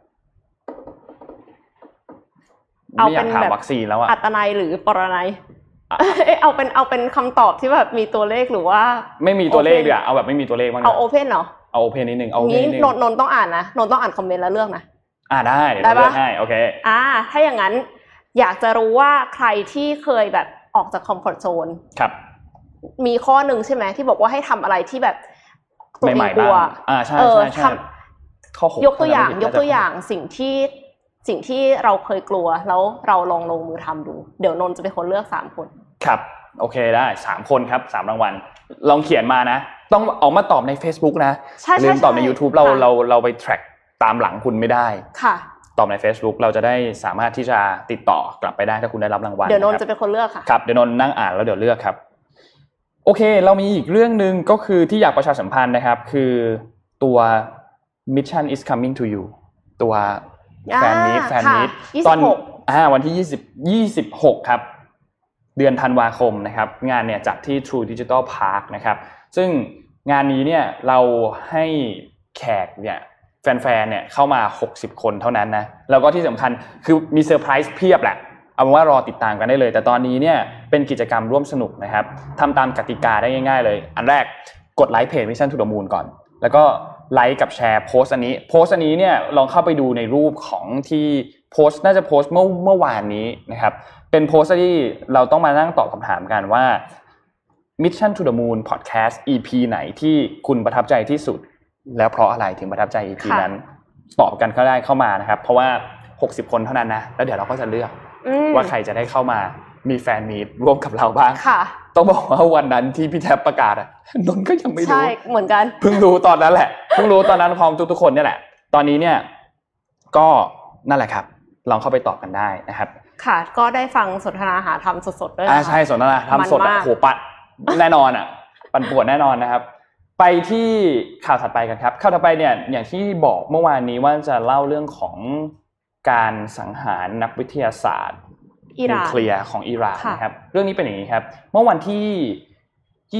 [SPEAKER 3] เอาเป็นแบบ
[SPEAKER 2] วัคซีนแล้ว
[SPEAKER 3] อัตนัยหรือปรนัยเอาเป็นคำตอบที่แบบมีตัวเลขหรือว่า
[SPEAKER 2] ไม่มีตัวเลขเอาแบบไม่มีตัวเลขบ้าง
[SPEAKER 3] เอาโอเพนเหรอ
[SPEAKER 2] เอาโอเพนนิดนึงเอา
[SPEAKER 3] งี้นนต้องอ่านนะนนต้องอ่านคอมเมนต์แล้วเลือกนะ
[SPEAKER 2] ได้เดี๋ยวเลือกให้โอเค
[SPEAKER 3] ถ้าอย่างนั้นอยากจะรู้ว่าใครที่เคยแบบออกจากคอมฟอร์ตโซน
[SPEAKER 2] ครับ
[SPEAKER 3] มีข้อหนึ่งใช่ไหมที่บอกว่าให้ทำอะไรที่แบบ
[SPEAKER 2] ตัวเองกลัวใช่
[SPEAKER 3] ยกตัวอย่างสิ่งที่เราเคยกลัวแล้วเราลองลงมือทำดูเดี๋ยวนนจะเป็นคนเลือก3คน
[SPEAKER 2] ครับโอเคได้3คนครับ3รางวัลลองเขียนมานะต้องออกมาตอบใน Facebook นะลืมตอบใน YouTube เราไป track ตามหลังคุณไม่ได้
[SPEAKER 3] ค่ะ
[SPEAKER 2] ตอบใน Facebook เราจะได้สามารถที่จะติดต่อกลับไปได้ถ้าคุณได้รับรางวัล
[SPEAKER 3] เดี๋ยวนนท์จะเป็นคนเลือกค่ะ
[SPEAKER 2] ครับเดี๋ยวนนท์นั่งอ่านแล้วเดี๋ยวเลือกครับโอเคเรามีอีกเรื่องนึงก็คือที่อยากประชาสัมพันธ์นะครับคือตัว Mission is coming to you ตัวแฟนมีตตอนวันที่26ครับเดือนธันวาคมนะครับงานเนี่ยจัดที่ True Digital Park นะครับซึ่งงานนี้เนี่ยเราให้แขกเนี่ยแฟนๆเนี่ยเข้ามา60คนเท่านั้นนะแล้วก็ที่สำคัญคือมีเซอร์ไพรส์เพียบแหละเอาเป็นว่ารอติดตามกันได้เลยแต่ตอนนี้เนี่ยเป็นกิจกรรมร่วมสนุกนะครับทำตามกติกาได้ง่ายๆเลยอันแรกกดไลค์เพจ Mission to the Moon ก่อนแล้วก็ไลค์กับแชร์โพสต์อันนี้เนี่ยลองเข้าไปดูในรูปของที่โพสต์น่าจะโพสต์เมื่อวานนี้นะครับเป็นโพสต์ที่เราต้องมานั่งตอบคำถามกันว่า Mission to the Moon Podcast EP ไหนที่คุณประทับใจที่สุดแล้วเพราะอะไรถึงประทับใจ EP นั้นตอบกันก็ได้เข้ามานะครับเพราะว่า60คนเท่านั้นนะแล้วเดี๋ยวเราก็จะเลือกว่าใครจะได้เข้ามามีแฟนมีตร่วมกับเราบ้างต้องบอกว่าวันนั้นที่พี่แท็บประกาศนนท์ก็ยังไม่รู้ใช่
[SPEAKER 3] เหมือนกัน
[SPEAKER 2] เพิ่งรู้ตอนนั้นแหละเพิ่งรู้ตอนนั้นพร้อมทุกคนนี่แหละตอนนี้เนี่ยก็นั่นแหละครับลองเข้าไปตอบกันได้นะครับ
[SPEAKER 3] ค่ะก็ได้ฟังสนทนาหาธรรมสดๆด้วย
[SPEAKER 2] ใช่สนทนาธรรมสดโหปัดแน่นอนปั่นป่วนแน่นอนนะครับไปที่ข่าวถัดไปกันครับข่าวถัดไปเนี่ยอย่างที่บอกเมื่อวานนี้ว่าจะเล่าเรื่องของการสังหารนักวิทยาศาสตร์นิวเคลียร์ของอิหร่านนะครับเรื่องนี้เป็นอย่างนี้ครับเมื่อวันที่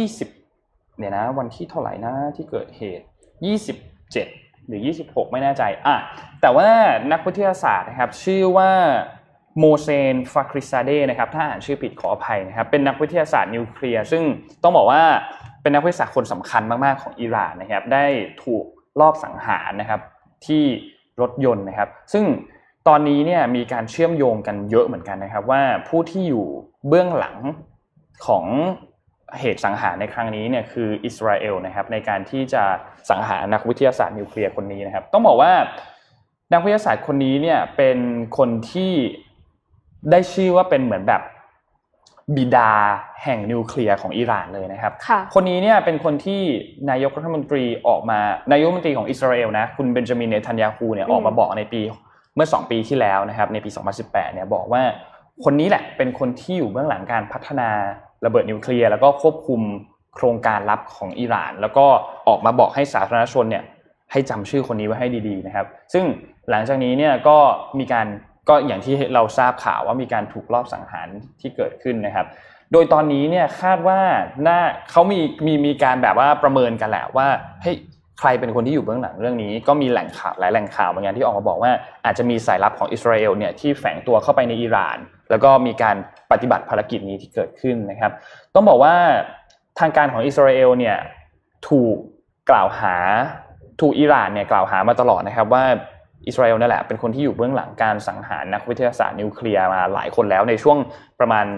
[SPEAKER 2] 20เนี่ยนะวันที่เท่าไหร่นะที่เกิดเหตุ27หรือ26ไม่แน่ใจแต่ว่านักวิทยาศาสตร์นะครับชื่อว่าโมเซนฟาคริซาเดนะครับถ้าอ่านชื่อผิดขออภัยนะครับเป็นนักวิทยาศาสตร์นิวเคลียร์ซึ่งต้องบอกว่าเป็นนักวิทยาศาสตร์คนสำคัญมากๆของอิหร่านนะครับได้ถูกลอบสังหารนะครับที่รถยนต์นะครับซึ่งตอนนี้เนี่ยมีการเชื่อมโยงกันเยอะเหมือนกันนะครับว่าผู้ที่อยู่เบื้องหลังของเหตุสังหารในครั้งนี้เนี่ยคืออิสราเอลนะครับในการที่จะสังหารนักวิทยาศาสตร์นิวเคลียร์คนนี้นะครับต้องบอกว่านักวิทยาศาสตร์คนนี้เนี่ยเป็นคนที่ได้ชื่อว่าเป็นเหมือนแบบบิดาแห่งนิวเคลียร์ของอิหร่านเลยนะครับคนนี้เนี่ยเป็นคนที่นายกรัฐมนตรีนายกรัฐมนตรีของอิสราเอลนะคุณเบนจามินเนทันยาฮูเนี่ยออกมาบอกในปีเมื่อ2ปีที่แล้วนะครับในปี2018เนี่ยบอกว่าคนนี้แหละเป็นคนที่อยู่เบื้องหลังการพัฒนาระเบิดนิวเคลียร์แล้วก็ควบคุมโครงการลับของอิหร่านแล้วก็ออกมาบอกให้สาธารณชนเนี่ยให้จำชื่อคนนี้ไว้ให้ดีๆนะครับซึ่งหลังจากนี้เนี่ยก็มีการก็อย่างที่เราทราบข่าวว่ามีการถูกลอบสังหารที่เกิดขึ้นนะครับโดยตอนนี้เนี่ยคาดว่าเขามีการแบบว่าประเมินกันแหละว่าให้ใครเป็นคนที่อยู่เบื้องหลังเรื่องนี้ก็มีแหล่งข่าวหลายแหล่งข่าวบางอย่างที่ออกมาบอกว่าอาจจะมีสายลับของอิสราเอลเนี่ยที่แฝงตัวเข้าไปในอิหร่านแล้วก็มีการปฏิบัติภารกิจนี้ที่เกิดขึ้นนะครับต้องบอกว่าทางการของอิสราเอลเนี่ยถูกอิหร่านเนี่ยกล่าวหามาตลอดนะครับว่าอิสราเอลนั่นแหละเป็นคนที่อยู่เบื้องหลังการสังหารนักวิทยาศาสตร์นิวเคลียร์มาหลายคนแล้วในช่วงประมาณ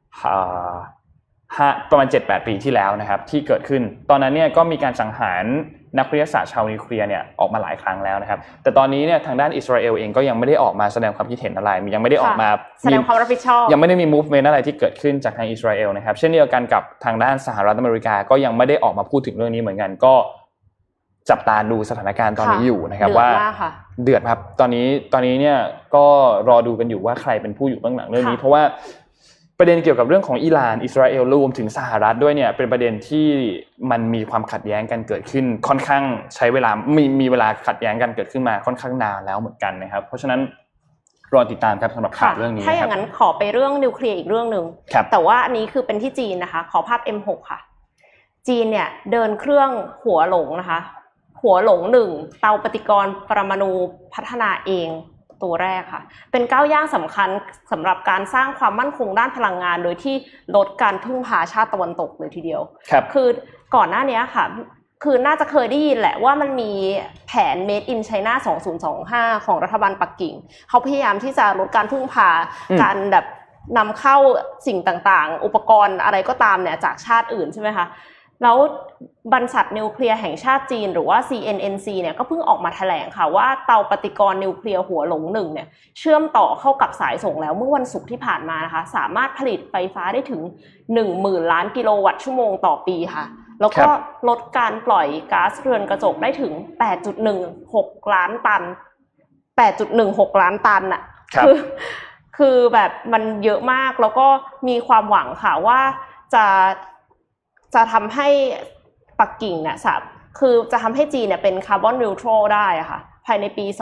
[SPEAKER 2] 7-8 ปีที่แล้วนะครับที่เกิดขึ้นตอนนั้นเนี่ยก็มีการสังหารนักวิทยาศาสตร์ชาวนิวเคลียร์เนี่ยออกมาหลายครั้งแล้วนะครับแต่ตอนนี้เนี่ยทางด้านอิสราเอลเองก็ยังไม่ได้ออกมาแสดงความคิดเห็นอะไรยังไม่ได้ออกมา
[SPEAKER 3] แสดงความรับผิดชอบ
[SPEAKER 2] ยังไม่ได้มี movement อะไรที่เกิดขึ้นจากทางอิสราเอลนะครับเช่นเดียวกันกับทางด้านสหรัฐอเมริกาก็ยังไม่ได้ออกมาพูดถึงเรื่องนี้เหมือนกันก็จับตาดูสถานการณ์ตอนนี้อยู่นะครับว่าเดือดครับตอนนี้เนี่ยก็รอดูกันอยู่ว่าใครเป็นผู้อยู่เบื้องหลังเรื่องนี้เพราะว่าประเด็นเกี่ยวกับเรื่องของอิหร่านอิสราเอลรวมถึงสหรัฐด้วยเนี่ยเป็นประเด็นที่มันมีความขัดแย้งกันเกิดขึ้นค่อนข้างใช้เวลามีเวลาขัดแย้งกันเกิดขึ้นมาค่อนข้างนานแล้วเหมือนกันนะครับเพราะฉะนั้นรอติดตามครับสำหรับข่าวเรื่องนี้
[SPEAKER 3] ถ้าอย่างนั้นขอไปเรื่องนิวเคลียร์อีกเรื่องนึงแต่ว่าอันนี้คือเป็นที่จีนนะคะขอภาพ M6 ค่ะจีนเนี่ยเดินเครื่องหัวหลงนะคะหัวหลง1เตาปฏิกรณ์ปรมาณูพัฒนาเองตัวแรกค่ะเป็นก้าวย่างสำคัญสำหรับการสร้างความมั่นคงด้านพลังงานโดยที่ลดการพึ่งพาชาติตะวันตกเลยทีเดียวคือก่อนหน้านี้ค่ะคือน่าจะเคยได้ยินแหละว่ามันมีแผน Made in China 2025ของรัฐบาลปักกิ่งเขาพยายามที่จะลดการพึ่งพาการแบบนำเข้าสิ่งต่างๆอุปกรณ์อะไรก็ตามเนี่ยจากชาติอื่นใช่ไหมคะแล้วบริษัทนิวเคลียร์แห่งชาติจีนหรือว่า CNNC เนี่ยก็เพิ่งออกมาแถลงค่ะว่าเตาปฏิกรณ์นิวเคลียร์หัวหลง1เนี่ยเชื่อมต่อเข้ากับสายส่งแล้วเมื่อวันศุกร์ที่ผ่านมานะคะสามารถผลิตไฟฟ้าได้ถึง 10,000 ล้านกิโลวัตต์ชั่วโมงต่อปีค่ะแล้วก็ลดการปล่อยก๊าซเรือนกระจกได้ถึง 8.16 ล้านตัน 8.16 ล้านตันอ่ะคือแบบมันเยอะมากแล้วก็มีความหวังค่ะว่าจะทำให้ปักกิ่งเนี่ยคือจะทำให้จีนเนี่ยเป็นคาร์บอนนิวทรัลได้อะค่ะภายในปี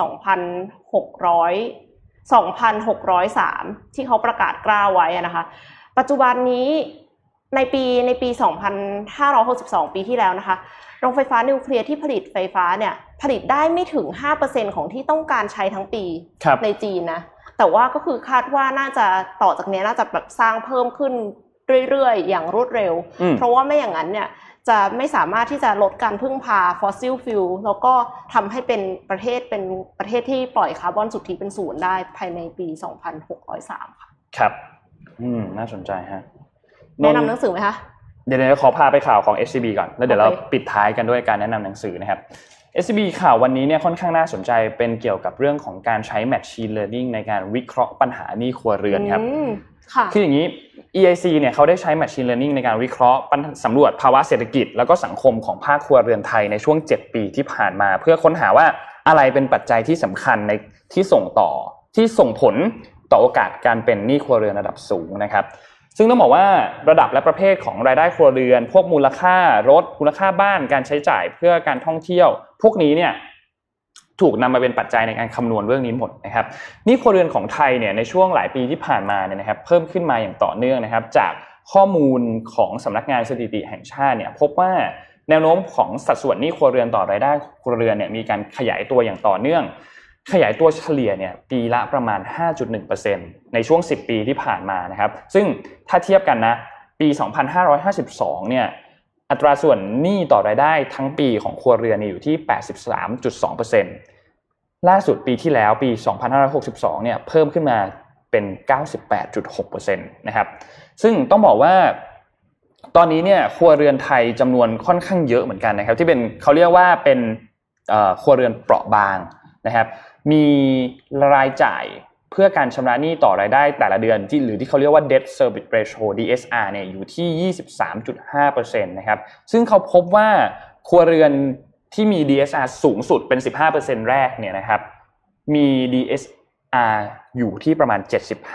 [SPEAKER 3] 2603ที่เขาประกาศกล้าไว้นะคะปัจจุบันนี้ในปี2562ปีที่แล้วนะคะโรงไฟฟ้านิวเคลียร์ที่ผลิตไฟฟ้าเนี่ยผลิตได้ไม่ถึง 5% ของที่ต้องการใช้ทั้งปีในจีนนะแต่ว่าก็คือคาดว่าน่าจะต่อจากนี้น่าจะแบบสร้างเพิ่มขึ้นเรื่อยๆอย่างรวดเร็วเพราะว่าไม่อย่างนั้นเนี่ยจะไม่สามารถที่จะลดการพึ่งพาฟอสซิลฟิวแล้วก็ทำให้เป็นประเทศที่ปล่อยคาร์บอนสุทธิเป็นศูนย์ได้ภายในปี2603ค่ะ
[SPEAKER 2] ครับน่าสนใจฮะ
[SPEAKER 3] แนะนำหนังสือไหมคะ
[SPEAKER 2] เดี๋ยวขอพาไปข่าวของ SCB ก่อนแล้วเดี๋ยวเราปิดท้ายกันด้วยการแนะนำหนังสือนะครับ SCB ข่าววันนี้เนี่ยค่อนข้างน่าสนใจเป็นเกี่ยวกับเรื่องของการใช้ Machine Learning ในการวิเคราะห์ปัญหาหนี้ครัวเรือนครับคืออย่างนี้ EIC เนี่ยเขาได้ใช้ Machine Learning ในการวิเคราะห์สำรวจภาวะเศรษฐกิจแล้วก็สังคมของภาคครัวเรือนไทยในช่วง7ปีที่ผ่านมาเพื่อค้นหาว่าอะไรเป็นปัจจัยที่สำคัญในที่ส่งผลต่อโอกาสการเป็นหนี้ครัวเรือนระดับสูงนะครับซึ่งต้องบอกว่าระดับและประเภทของรายได้ครัวเรือนพวกมูลค่ารถมูลค่าบ้านการใช้จ่ายเพื่อการท่องเที่ยวพวกนี้เนี่ยถูกนำมาเป็นปัจจัยในการคำนวณเรื่องนี้หมดนะครับหนี้ครัวเรือนของไทยเนี่ยในช่วงหลายปีที่ผ่านมาเนี่ยนะครับเพิ่มขึ้นมาอย่างต่อเนื่องนะครับจากข้อมูลของสำนักงานสถิติแห่งชาติเนี่ยพบว่าแนวโน้มของสัดส่วนหนี้ครัวเรือนต่อรายได้ครัวเรือนเนี่ยมีการขยายตัวอย่างต่อเนื่องขยายตัวเฉลี่ยเนี่ยปีละประมาณ 5.1% ในช่วง10ปีที่ผ่านมานะครับซึ่งถ้าเทียบกันนะปี2552เนี่ยอัตราส่วนหนี้ต่อรายได้ทั้งปีของครัวเรือนอยู่ที่ 83.2% ล่าสุดปีที่แล้วปี2562เนี่ยเพิ่มขึ้นมาเป็น 98.6% นะครับซึ่งต้องบอกว่าตอนนี้เนี่ยครัวเรือนไทยจำนวนค่อนข้างเยอะเหมือนกันนะครับที่เป็นเขาเรียกว่าเป็นครัวเรือนเปราะบางนะครับมีรายจ่ายเพื่อการชำระหนี้ต่อรายได้แต่ละเดือนหรือที่เขาเรียกว่า debt service ratio DSR เนี่ยอยู่ที่ 23.5% นะครับซึ่งเขาพบว่าครัวเรือนที่มี DSR สูงสุดเป็น 15% แรกเนี่ยนะครับมี DSR อยู่ที่ประมาณ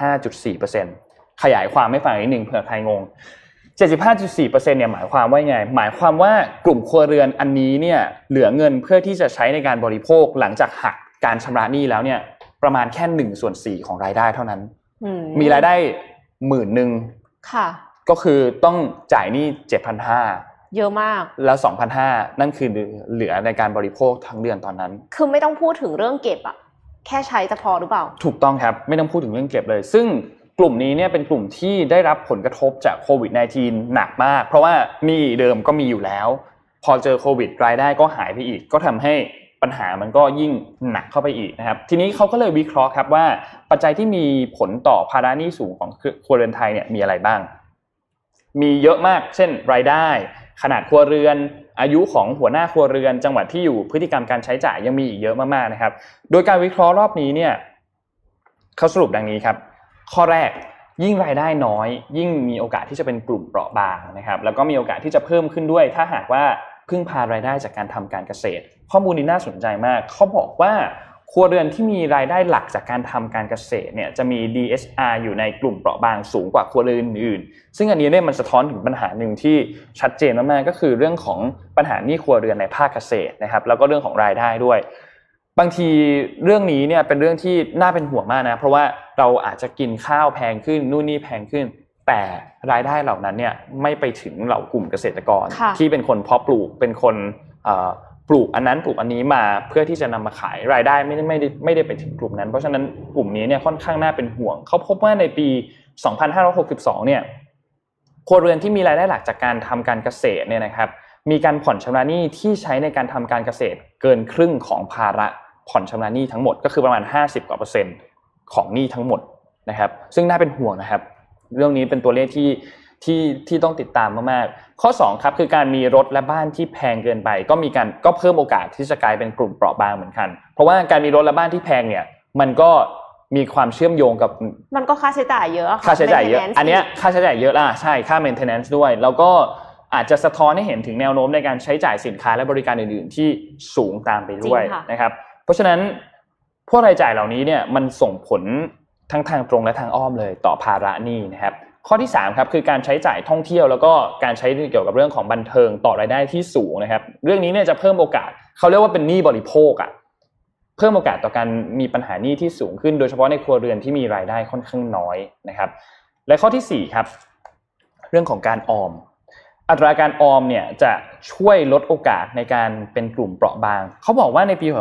[SPEAKER 2] 75.4% ขยายความให้ฟังนิดนึงเผื่อใครงง 75.4% เนี่ยหมายความว่าไงหมายความว่ากลุ่มครัวเรือนอันนี้เนี่ยเหลือเงินเพื่อที่จะใช้ในการบริโภคหลังจากหักการชำระหนี้แล้วเนี่ยประมาณแค่1/4ของรายได้เท่านั้นมีรายได้ 10,000
[SPEAKER 3] ค่ะ
[SPEAKER 2] ก็คือต้องจ่ายหนี้ 7,500
[SPEAKER 3] เยอะมาก
[SPEAKER 2] แล้ว 2,500 นั่นคือเหลือในการบริโภคทั้งเดือนตอนนั้น
[SPEAKER 3] คือไม่ต้องพูดถึงเรื่องเก็บอะแค่ใช้จะพอหรือเปล่า
[SPEAKER 2] ถูกต้องครับไม่ต้องพูดถึงเรื่องเก็บเลยซึ่งกลุ่มนี้เนี่ยเป็นกลุ่มที่ได้รับผลกระทบจากโควิด -19 หนักมากเพราะว่าหนี้เดิมก็มีอยู่แล้วพอเจอโควิดรายได้ก็หายไปอีกก็ทำให้ปัญหามันก็ยิ่งหนักเข้าไปอีกนะครับทีนี้เขาก็เลยวิเคราะห์ครับว่าปัจจัยที่มีผลต่อภาระหนี้สูงของครัวเรือนไทยเนี่ยมีอะไรบ้างมีเยอะมากเช่นรายได้ขนาดครัวเรือนอายุของหัวหน้าครัวเรือนจังหวัดที่อยู่พฤติกรรมการใช้จ่ายยังมีอีกเยอะมากๆนะครับโดยการวิเคราะห์รอบนี้เนี่ยเขาสรุปดังนี้ครับข้อแรกยิ่งรายได้น้อยยิ่งมีโอกาสที่จะเป็นกลุ่มเปราะบางนะครับแล้วก็มีโอกาสที่จะเพิ่มขึ้นด้วยถ้าหากว่าพึ่งพารายได้จากการทำการเกษตรข้อมูลนี้น่าสนใจมากเขาบอกว่าครัวเรือนที่มีรายได้หลักจากการทำการเกษตรเนี่ยจะมี DSR อยู่ในกลุ่มเปราะบางสูงกว่าครัวเรือนอื่นๆซึ่งอันนี้เนี่ยมันสะท้อนถึงปัญหาหนึ่งที่ชัดเจนมากๆก็คือเรื่องของปัญหาหนี้ครัวเรือนในภาคเกษตรนะครับแล้วก็เรื่องของรายได้ด้วยบางทีเรื่องนี้เนี่ยเป็นเรื่องที่น่าเป็นห่วงมากนะเพราะว่าเราอาจจะกินข้าวแพงขึ้นนู่นนี่แพงขึ้นแต่รายได้เหล่านั้นเนี่ยไม่ไปถึงเหล่ากลุ่มเกษตรกรที่เป็นคนเพาะปลูกเป็นคนปลูกอันนั้นปลูกอันนี้มาเพื่อที่จะนำมาขายรายได้ไม่ได้ไปถึงกลุ่มนั้นเพราะฉะนั้นกลุ่มนี้เนี่ยค่อนข้างน่าเป็นห่วงเขาพบว่าในปี2562เนี่ยครัวเรือนที่มีรายได้หลักจากการทำการเกษตรเนี่ยนะครับมีการผ่อนชำระหนี้ที่ใช้ในการทำการเกษตรเกินครึ่งของภาระผ่อนชำระหนี้ทั้งหมดก็คือประมาณ50%ของหนี้ทั้งหมดนะครับซึ่งน่าเป็นห่วงนะครับเรื่องนี้เป็นตัวเลขที่ต้องติดตามมากๆข้อ2ครับคือการมีรถและบ้านที่แพงเกินไปก็เพิ่มโอกาสที่จะกลายเป็นกลุ่มเปราะบางเหมือนกันเพราะว่าการมีรถและบ้านที่แพงเนี่ยมันก็มีความเชื่อมโยงกับ
[SPEAKER 3] มันก็ค่าใช้จ่ายเยอะ
[SPEAKER 2] ค่าใช้จ่ายเยอะอันเนี้ยค่าใช้จ่ายเยอะใช่ค่า maintenance ด้วยแล้วก็อาจจะสะท้อนให้เห็นถึงแนวโน้มในการใช้จ่ายสินค้าและบริการอื่นๆที่สูงตามไปด้วยนะครับเพราะฉะนั้นพวกรายจ่ายเหล่านี้เนี่ยมันส่งผลทั้งทางตรงและทางอ้อมเลยต่อภาระหนี้นะครับข้อที่3ครับคือการใช้จ่ายท่องเที่ยวแล้วก็การใช้เกี่ยวกับเรื่องของบันเทิงต่อรายได้ที่สูงนะครับเรื่องนี้เนี่ยจะเพิ่มโอกาสเขาเรียกว่าเป็นหนี้บริโภคเพิ่มโอกาสต่อการมีปัญหาหนี้ที่สูงขึ้นโดยเฉพาะในครัวเรือนที่มีรายได้ค่อนข้างน้อยนะครับและข้อที่4ครับเรื่องของการออมอัตราการออมเนี่ยจะช่วยลดโอกาสในการเป็นกลุ่มเปราะบางเขาบอกว่าในปี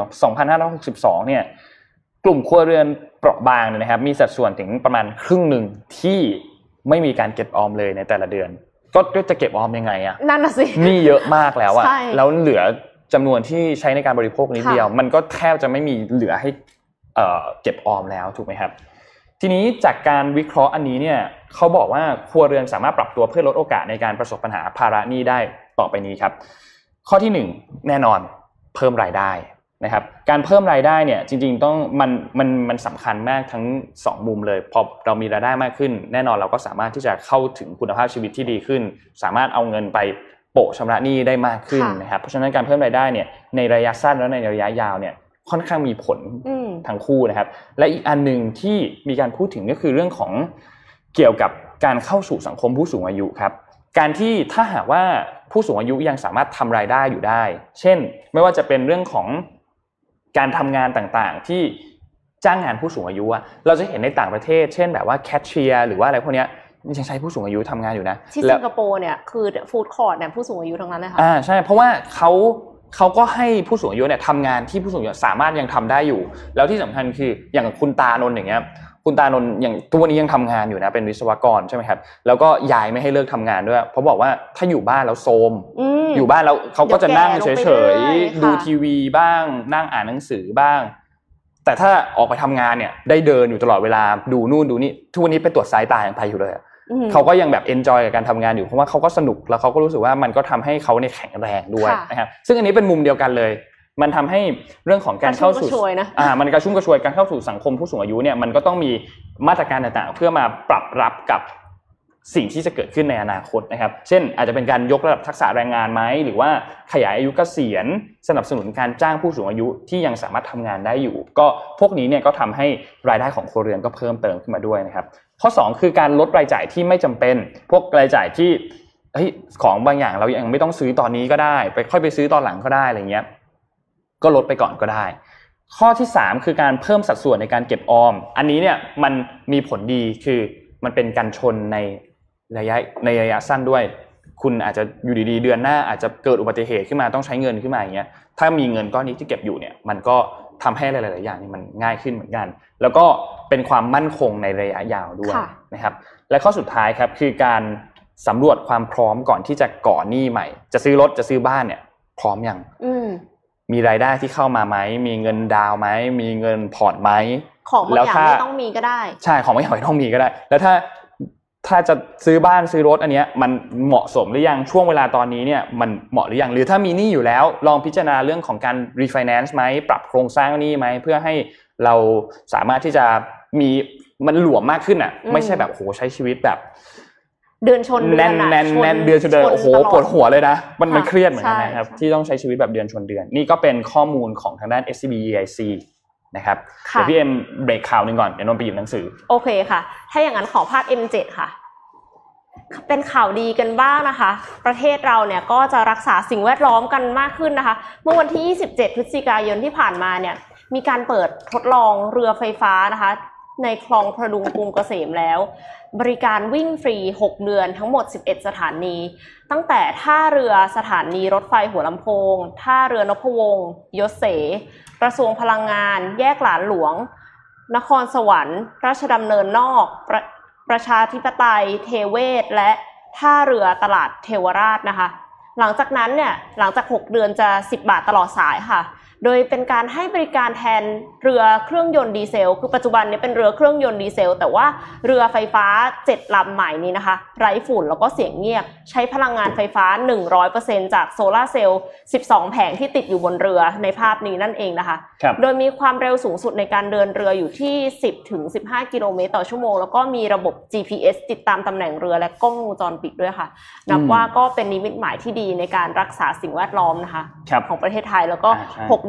[SPEAKER 2] 2562เนี่ยกลุ่มครัวเรือนเปราะบางเนี่ยนะครับมีสัดส่วนถึงประมาณครึ่งนึงที่ไม่มีการเก็บออมเลยในแต่ละเดือนก็จะเก็บออมยังไง
[SPEAKER 3] นั่นน่ะสิ
[SPEAKER 2] หนี้เยอะมากแล้วแล้วเหลือจำนวนที่ใช้ในการบริโภคนิดเดียวมันก็แทบจะไม่มีเหลือให้เก็บออมแล้วถูกไหมครับทีนี้จากการวิเคราะห์อันนี้เนี่ยเขาบอกว่าครัวเรือนสามารถปรับตัวเพื่อลดโอกาสในการประสบปัญหาภาระหนี้ได้ต่อไปนี้ครับข้อที่1แน่นอนเพิ่มรายได้นะครับการเพิ่มรายได้เนี่ยจริงๆต้องมันสำคัญมากทั้ง2มุมเลยพอเรามีรายได้มากขึ้นแน่นอนเราก็สามารถที่จะเข้าถึงคุณภาพชีวิตที่ดีขึ้นสามารถเอาเงินไปโปะชำระหนี้ได้มากขึ้นนะครับเพราะฉะนั้นการเพิ่มรายได้เนี่ยในระยะสั้นและในระยะยาวเนี่ยค่อนข้างมีผลทั้งคู่นะครับและอีกอันนึงที่มีการพูดถึงก็คือเรื่องของเกี่ยวกับการเข้าสู่สังคมผู้สูงอายุครับการที่ถ้าหากว่าผู้สูงอายุยังสามารถทำรายได้อยู่ได้เช่นไม่ว่าจะเป็นเรื่องของการทำงานต่างๆที่จ้างงานผู้สูงอายุเราจะเห็นในต่างประเทศเช่นแบบว่าแคชเชียร์หรือว่าอะไรพวกนี้ยังใช้ผู้สูงอายุทำงานอยู่นะ
[SPEAKER 3] ที่สิงคโปร์เนี่ยคือฟู้ดคอร์ทเนี่ยผู้สูงอายุทั้งนั้นเลยค่ะ
[SPEAKER 2] ใช่เพราะว่าเขาก็ให้ผู้สูงอายุเนี่ยทำงานที่ผู้สูงอายุสามารถยังทำได้อยู่แล้วที่สำคัญคืออย่างคุณตานนท์อย่างเงี้ยคุณตานนท์อย่างตัวนี้ยังทำงานอยู่นะเป็นวิศวกรใช่ไหมครับแล้วก็ยายไม่ให้เลิกทำงานด้วยเพราะบอกว่าถ้าอยู่บ้านแล้วโทรมอยู่บ้านแล้วเขาก็จะนั่งเฉยๆดูทีวีบ้างนั่งอ่านหนังสือบ้างแต่ถ้าออกไปทำงานเนี่ยได้เดินอยู่ตลอดเวลาดูนู่นดูนี่ทุกวันนี้ไปตรวจสายตาอย่างไปอยู่เลยเขาก็ยังแบบเอนจอยกับการทำงานอยู่เพราะว่าเขาก็สนุกแล้วเขาก็รู้สึกว่ามันก็ทำให้เขาเนี่ยแข็งแรงด้วยนะครับซึ่งอันนี้เป็นมุมเดียวกันเลยมันทำให้เรื่องของการเข้าสู่มันกระชุ่มกระชวยการเข้าสู่สังคมผู้สูงอายุเนี่ยมันก็ต้องมีมาตรการต่างๆเพื่อมาปรับรับกับสิ่งที่จะเกิดขึ้นในอนาคตนะครับเช่นอาจจะเป็นการยกระดับทักษะแรงงานไหมหรือว่าขยายอายุเกษียณสนับสนุนการจ้างผู้สูงอายุที่ยังสามารถทำงานได้อยู่ก็พวกนี้เนี่ยก็ทำให้รายได้ของครัวเรือนก็เพิ่มเติมขึ้นมาด้วยนะครับข้อ2คือการลดรายจ่ายที่ไม่จำเป็นพวกรายจ่ายที่ของบางอย่างเรายังไม่ต้องซื้อตอนนี้ก็ได้ค่อยไปซื้อตอนหลังก็ได้อะไรเงี้ยก็ลดไปก่อนก็ได้ข้อที่3คือการเพิ่มสัดส่วนในการเก็บออมอันนี้เนี่ยมันมีผลดีคือมันเป็นการชนในระยะสั้นด้วยคุณอาจจะอยู่ดีๆเดือนหน้าอาจจะเกิดอุบัติเหตุขึ้นมาต้องใช้เงินขึ้นมาอย่างเงี้ยถ้ามีเงินก้อนนี้ที่เก็บอยู่เนี่ยมันก็ทำให้หลายๆอย่างนี่มันง่ายขึ้นเหมือนกันแล้วก็เป็นความมั่นคงในระยะยาวด้วยนะครับและข้อสุดท้ายครับคือการสำรวจความพร้อมก่อนที่จะก่อหนี้ใหม่จะซื้อรถจะซื้อบ้านเนี่ยพร้อมยังมีรายได้ที่เข้ามาไหมมีเงินดาวไหมมีเงินผ่อนไหม
[SPEAKER 3] ของบางอย่างไม่ต้องมีก็ได้
[SPEAKER 2] ใช่ของบางอย่างไม่ต้องมีก็ได้แล้วถ้าจะซื้อบ้านซื้อรถอันเนี้ยมันเหมาะสมหรือยังช่วงเวลาตอนนี้เนี่ยมันเหมาะหรือยังหรือถ้ามีหนี้อยู่แล้วลองพิจารณาเรื่องของการ refinance ไหมปรับโครงสร้างหนี้ไหมเพื่อให้เราสามารถที่จะมีมันหลวมมากขึ้นไม่ใช่แบบโหใช้ชีวิตแบบ
[SPEAKER 3] เดือนชนเดือน
[SPEAKER 2] แน่นเดือนชนเดือนโอ้โหปวดหัวเลยนะมันเครียดเหมือนกันนะครับที่ต้องใช้ชีวิตแบบเดือนชนเดือนนี่ก็เป็นข้อมูลของทางด้าน SCB EIC นะครับเดี๋ยวพี่เอ็มเบรกข่าวนึงก่อนเดี๋ยวนนท์ไปหยิบหนังสือ
[SPEAKER 3] โอเคค่ะถ้าอย่างนั้นขอภาพ M7 ค่ะเป็นข่าวดีกันบ้างนะคะประเทศเราเนี่ยก็จะรักษาสิ่งแวดล้อมกันมากขึ้นนะคะเมื่อวันที่27พฤศจิกายนที่ผ่านมาเนี่ยมีการเปิดทดลองเรือไฟฟ้านะคะในคลองพดุงกรุงเกษมแล้วบริการวิ่งฟรี6เดือนทั้งหมด11สถานีตั้งแต่ท่าเรือสถานีรถไฟหัวลำโพงท่าเรือนพวงศ์ยศเสกระทรวงพลังงานแยกหลานหลวงนครสวรรค์ราชดำเนินนอกประชาธิปไตยเทเวศและท่าเรือตลาดเทวราชนะคะหลังจากนั้นเนี่ยหลังจาก6เดือนจะ10บาทตลอดสายค่ะโดยเป็นการให้บริการแทนเรือเครื่องยนต์ดีเซลคือปัจจุบันนี้เป็นเรือเครื่องยนต์ดีเซลแต่ว่าเรือไฟฟ้า7ลำใหม่นี้นะคะไร้ฝุ่นแล้วก็เสียงเงียบใช้พลังงานไฟฟ้า 100% จากโซลาร์เซลล์12แผงที่ติดอยู่บนเรือในภาพนี้นั่นเองนะคะโดยมีความเร็วสูงสุดในการเดินเรืออยู่ที่ 10-15 กิโลเมตรต่อชั่วโมงแล้วก็มีระบบ GPS ติดตามตำแหน่งเรือและกล้องวงจรปิดด้วยค่ะนับว่าก็เป็นนิมิตหมายที่ดีในการรักษาสิ่งแวดล้อมนะคะของประเทศไทยแล้วก็6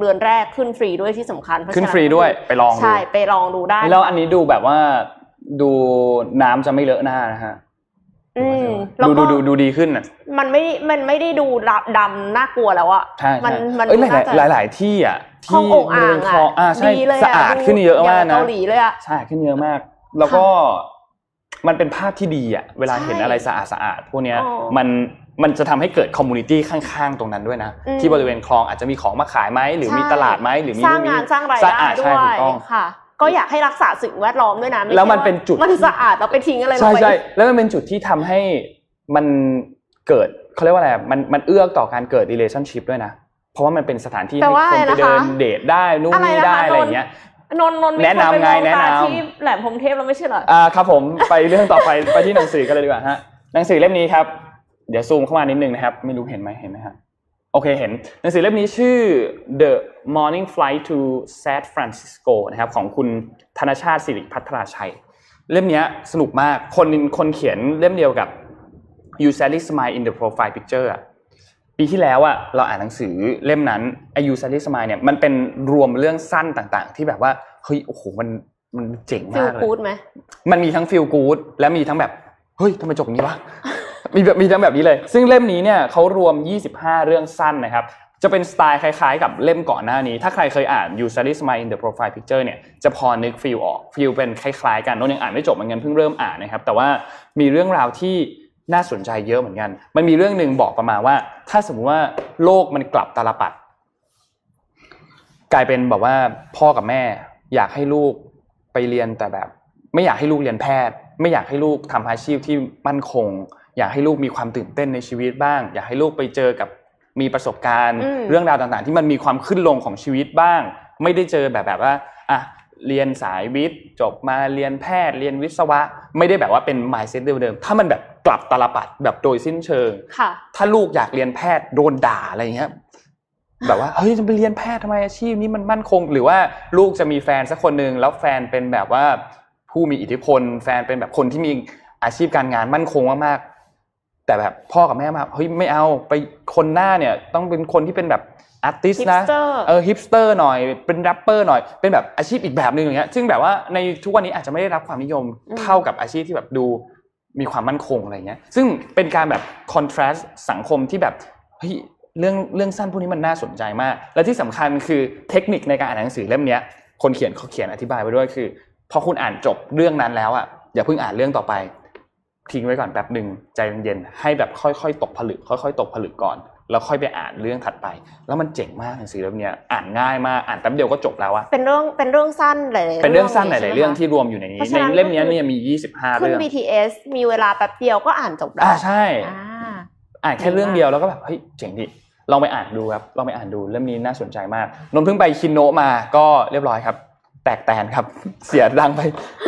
[SPEAKER 3] เดือนแรกขึ้นฟรีด้วยที่สำคัญ
[SPEAKER 2] ขึ้นฟรีด้วยไปลองดู
[SPEAKER 3] ใช่ไปลองดูได้
[SPEAKER 2] แล้วอันนี้ดูแบบว่าดูน้ำจะไม่เลอะหน้านะฮะดูดีขึ้นอ่ะ
[SPEAKER 3] มันไม่ได้ดูดำน่ากลัวแล้วอ่ะ
[SPEAKER 2] มันหลายที่อ่ะ
[SPEAKER 3] ที่ห้องอ่างอ่ะ
[SPEAKER 2] ใช่สะอาดขึ้นเยอะมากนะ
[SPEAKER 3] เกาหลีเลยอ่ะ
[SPEAKER 2] ใช่ขึ้นเยอะมากแล้วก็มันเป็นภาพที่ดีอ่ะเวลาเห็นอะไรสะอาดพวกเนี้ยมันจะทำให้เกิดคอมมูนิตี้ข้างๆตรงนั้นด้วยนะที่บริเวณคลองอาจจะมีของมาขายไหมหรือมีตลาดไหมหรือมี
[SPEAKER 3] สร้างงานสร้างรายได้ด้วยค่ะก็อยากให้รักษาสิ่งแวดล้อมด้วยนะ
[SPEAKER 2] แล้วมันเป็นจุด
[SPEAKER 3] มันสะอาดแล้วไปทิ้งอะไรลงไป
[SPEAKER 2] ใช่แล้วมันเป็นจุดที่ทำให้มันเกิดเขาเรียกว่าอะไรมันเอื้อต่อการเกิด relationship ด้วยนะเพราะว่ามันเป็นสถานที่ให้คนไปเดินเดทได้นู่นนี่ได้อะไรอย่างเงี้ย
[SPEAKER 3] นนแนะนำไงแนะนำที่แหลมพรหมเทพแล้วไม่ใช่เหรอ
[SPEAKER 2] ครับผมไปเรื่องต่อไปไปที่หนังสือกันเลยดีกว่าฮะหนังสือเล่มนี้ครับเดี๋ยวซูมเข้ามานิดนึงนะครับไม่รู้เห็นไหมครับโอเคเห็นหนังสือเล่มนี้ชื่อ The Morning Flight to San Francisco นะครับของคุณธนชาติสิริภัทราชัยเล่มนี้สนุกมากคนเขียนเล่มเดียวกับ You Sally Smile in the Profile Picture ปีที่แล้วเราอ่านหนังสือเล่มนั้นYou Sally Smile เนี่ยมันเป็นรวมเรื่องสั้นต่างๆที่แบบว่าเฮ้ยโอ้โหมันเจ๋งมากเลย
[SPEAKER 3] Feel good มั้ย
[SPEAKER 2] มันมีทั้ง Feel good และมีทั้งแบบเฮ้ยทำไมจบอย่างนี้วะมีทั้งแบบนี้เลยซึ่งเล่มนี้เนี่ยเขารวม25เรื่องสั้นนะครับจะเป็นสไตล์คล้ายๆกับเล่มก่อนหน้านี้ถ้าใครเคยอ่าน You Sally Smile in the Profile Picture เนี่ยจะพอนึกฟีลออกฟีลเป็นคล้ายๆกันโน้นยังอ่านไม่จบเหมือนกันเพิ่งเริ่มอ่านนะครับแต่ว่ามีเรื่องราวที่น่าสนใจเยอะเหมือนกันมันมีเรื่องนึงบอกประมาณว่าถ้าสมมุติว่าโลกมันกลับตาลปัตรกลายเป็นแบบว่าพ่อกับแม่อยากให้ลูกไปเรียนแต่แบบไม่อยากให้ลูกเรียนแพทย์ไม่อยากให้ลูกทำอาชีพที่มั่นคงอยากให้ลูกมีความตื่นเต้นในชีวิตบ้างอยากให้ลูกไปเจอกับมีประสบการณ์เรื่องราวต่างๆที่มันมีความขึ้นลงของชีวิตบ้างไม่ได้เจอแบบว่าเรียนสายวิทย์จบมาเรียนแพทย์เรียนวิศวะไม่ได้แบบว่าเป็น mindset เดิมๆถ้ามันแบบกลับตาลปัตรแบบโดยสิ้นเชิงถ้าลูกอยากเรียนแพทย์โดนด่าอะไรอย่างเงี้ยแบบว่าเฮ้ยจะไปเรียนแพทย์ทำไมอาชีพนี้มันมั่นคงหรือว่าลูกจะมีแฟนสักคนนึงแล้วแฟนเป็นแบบว่าผู้มีอิทธิพลแฟนเป็นแบบคนที่มีอาชีพการงานมั่นคงมากๆแต่แบบพ่อกับแม่มาเฮ้ยไม่เอาไปคนหน้าเนี่ยต้องเป็นคนที่เป็นแบบอาร์ติสต์นะฮิปสเตอร์หน่อยเป็นแรปเปอร์หน่อยเป็นแบบอาชีพอีกแบบนึงอย่างเงี้ยซึ่งแบบว่าในทุกวันนี้อาจจะไม่ได้รับความนิยมเท่ากับอาชีพที่แบบดูมีความมั่นคงอะไรเงี้ยซึ่งเป็นการแบบคอนทราสต์สังคมที่แบบเฮ้ยเรื่องสั้นพวกนี้มันน่าสนใจมากและที่สำคัญคือเทคนิคในการอ่านหนังสือเล่มนี้คนเขียนเขาเขียนอธิบายไว้ด้วยคือพอคุณอ่านจบเรื่องนั้นแล้วอย่าเพิ่งอ่านเรื่องต่อไปทิ้งไว้ก่อนแป๊บนึงใจเย็นๆให้แบบค่อยๆตกผลึกค่อยๆตกผลึกก่อนแล้วค่อยไปอ่านเรื่องถัดไปแล้วมันเจ๋งมากหนังสือเล่มนี้อ่านง่ายมากอ่านแป๊บเดียวก็จบแล้ว
[SPEAKER 3] เป็นเรื่องสั้นหลายๆ
[SPEAKER 2] เป็นเรื่องสั้นหลายๆเรื่องที่รวมอยู่ในนี้ในเล่มนี้เนี่ยมี25เรื่อง
[SPEAKER 3] ขึ้น BTS มีเวลาแป๊บเดียวก็อ่านจบแล้ว
[SPEAKER 2] ใช่อ่านแค่เรื่องเดียวแล้วก็แบบเฮ้ยเจ๋งดิลองไปอ่านดูครับลองไปอ่านดูเล่มนี้น่าสนใจมากนนท์เพิ่งไปคินโนะมาก็เรียบร้อยครับแตกแตนครับเสียดังไป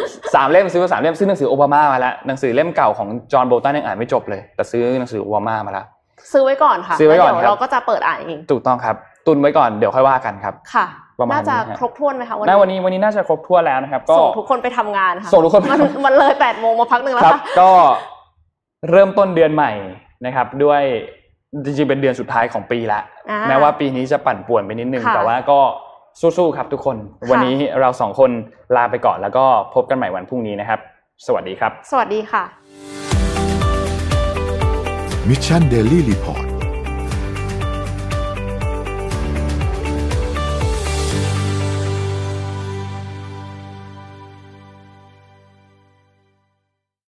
[SPEAKER 2] 3เล่มซื้อมา3เล่มซื้อหนังสือโอบามามาแล้วหนังสือเล่มเก่าของจอห์นโบตันยังอ่านไม่จบเลยแต่ซื้อหนังสือโอบามามาแล้ว
[SPEAKER 3] ซื้อไว้ก่อนค่ะ
[SPEAKER 2] ซื้อไว้ก่อน
[SPEAKER 3] เราก็จะเปิดอ่านเอง
[SPEAKER 2] ถูกต้องครับตุนไว้ก่อนเดี๋ยวค่อยว่ากันครับ
[SPEAKER 3] ค่ะน่าจะครบถ้วนไหมคะ
[SPEAKER 2] วันนี้น่าจะครบถ้วนแล้วนะครับก็
[SPEAKER 3] ส่งทุกคนไปทำงานค่ะ
[SPEAKER 2] ส่งทุกคน
[SPEAKER 3] มันเลย 8 โมงมาพักนึงแล้วค่ะ
[SPEAKER 2] ก็เริ่มต้นเดือนใหม่นะครับด้วยจริงๆเป็นเดือนสุดท้ายของปีละแม้ว่าปีนี้จะปั่นป่วนไปนิดนึงแต่ว่าก็สู้ๆครับทุกคนวันนี้เรา2คนลาไปก่อนแล้วก็พบกันใหม่วันพรุ่งนี้นะครับสวัสดีครับ
[SPEAKER 3] สวัสดีค่ะ
[SPEAKER 1] Mission Daily Report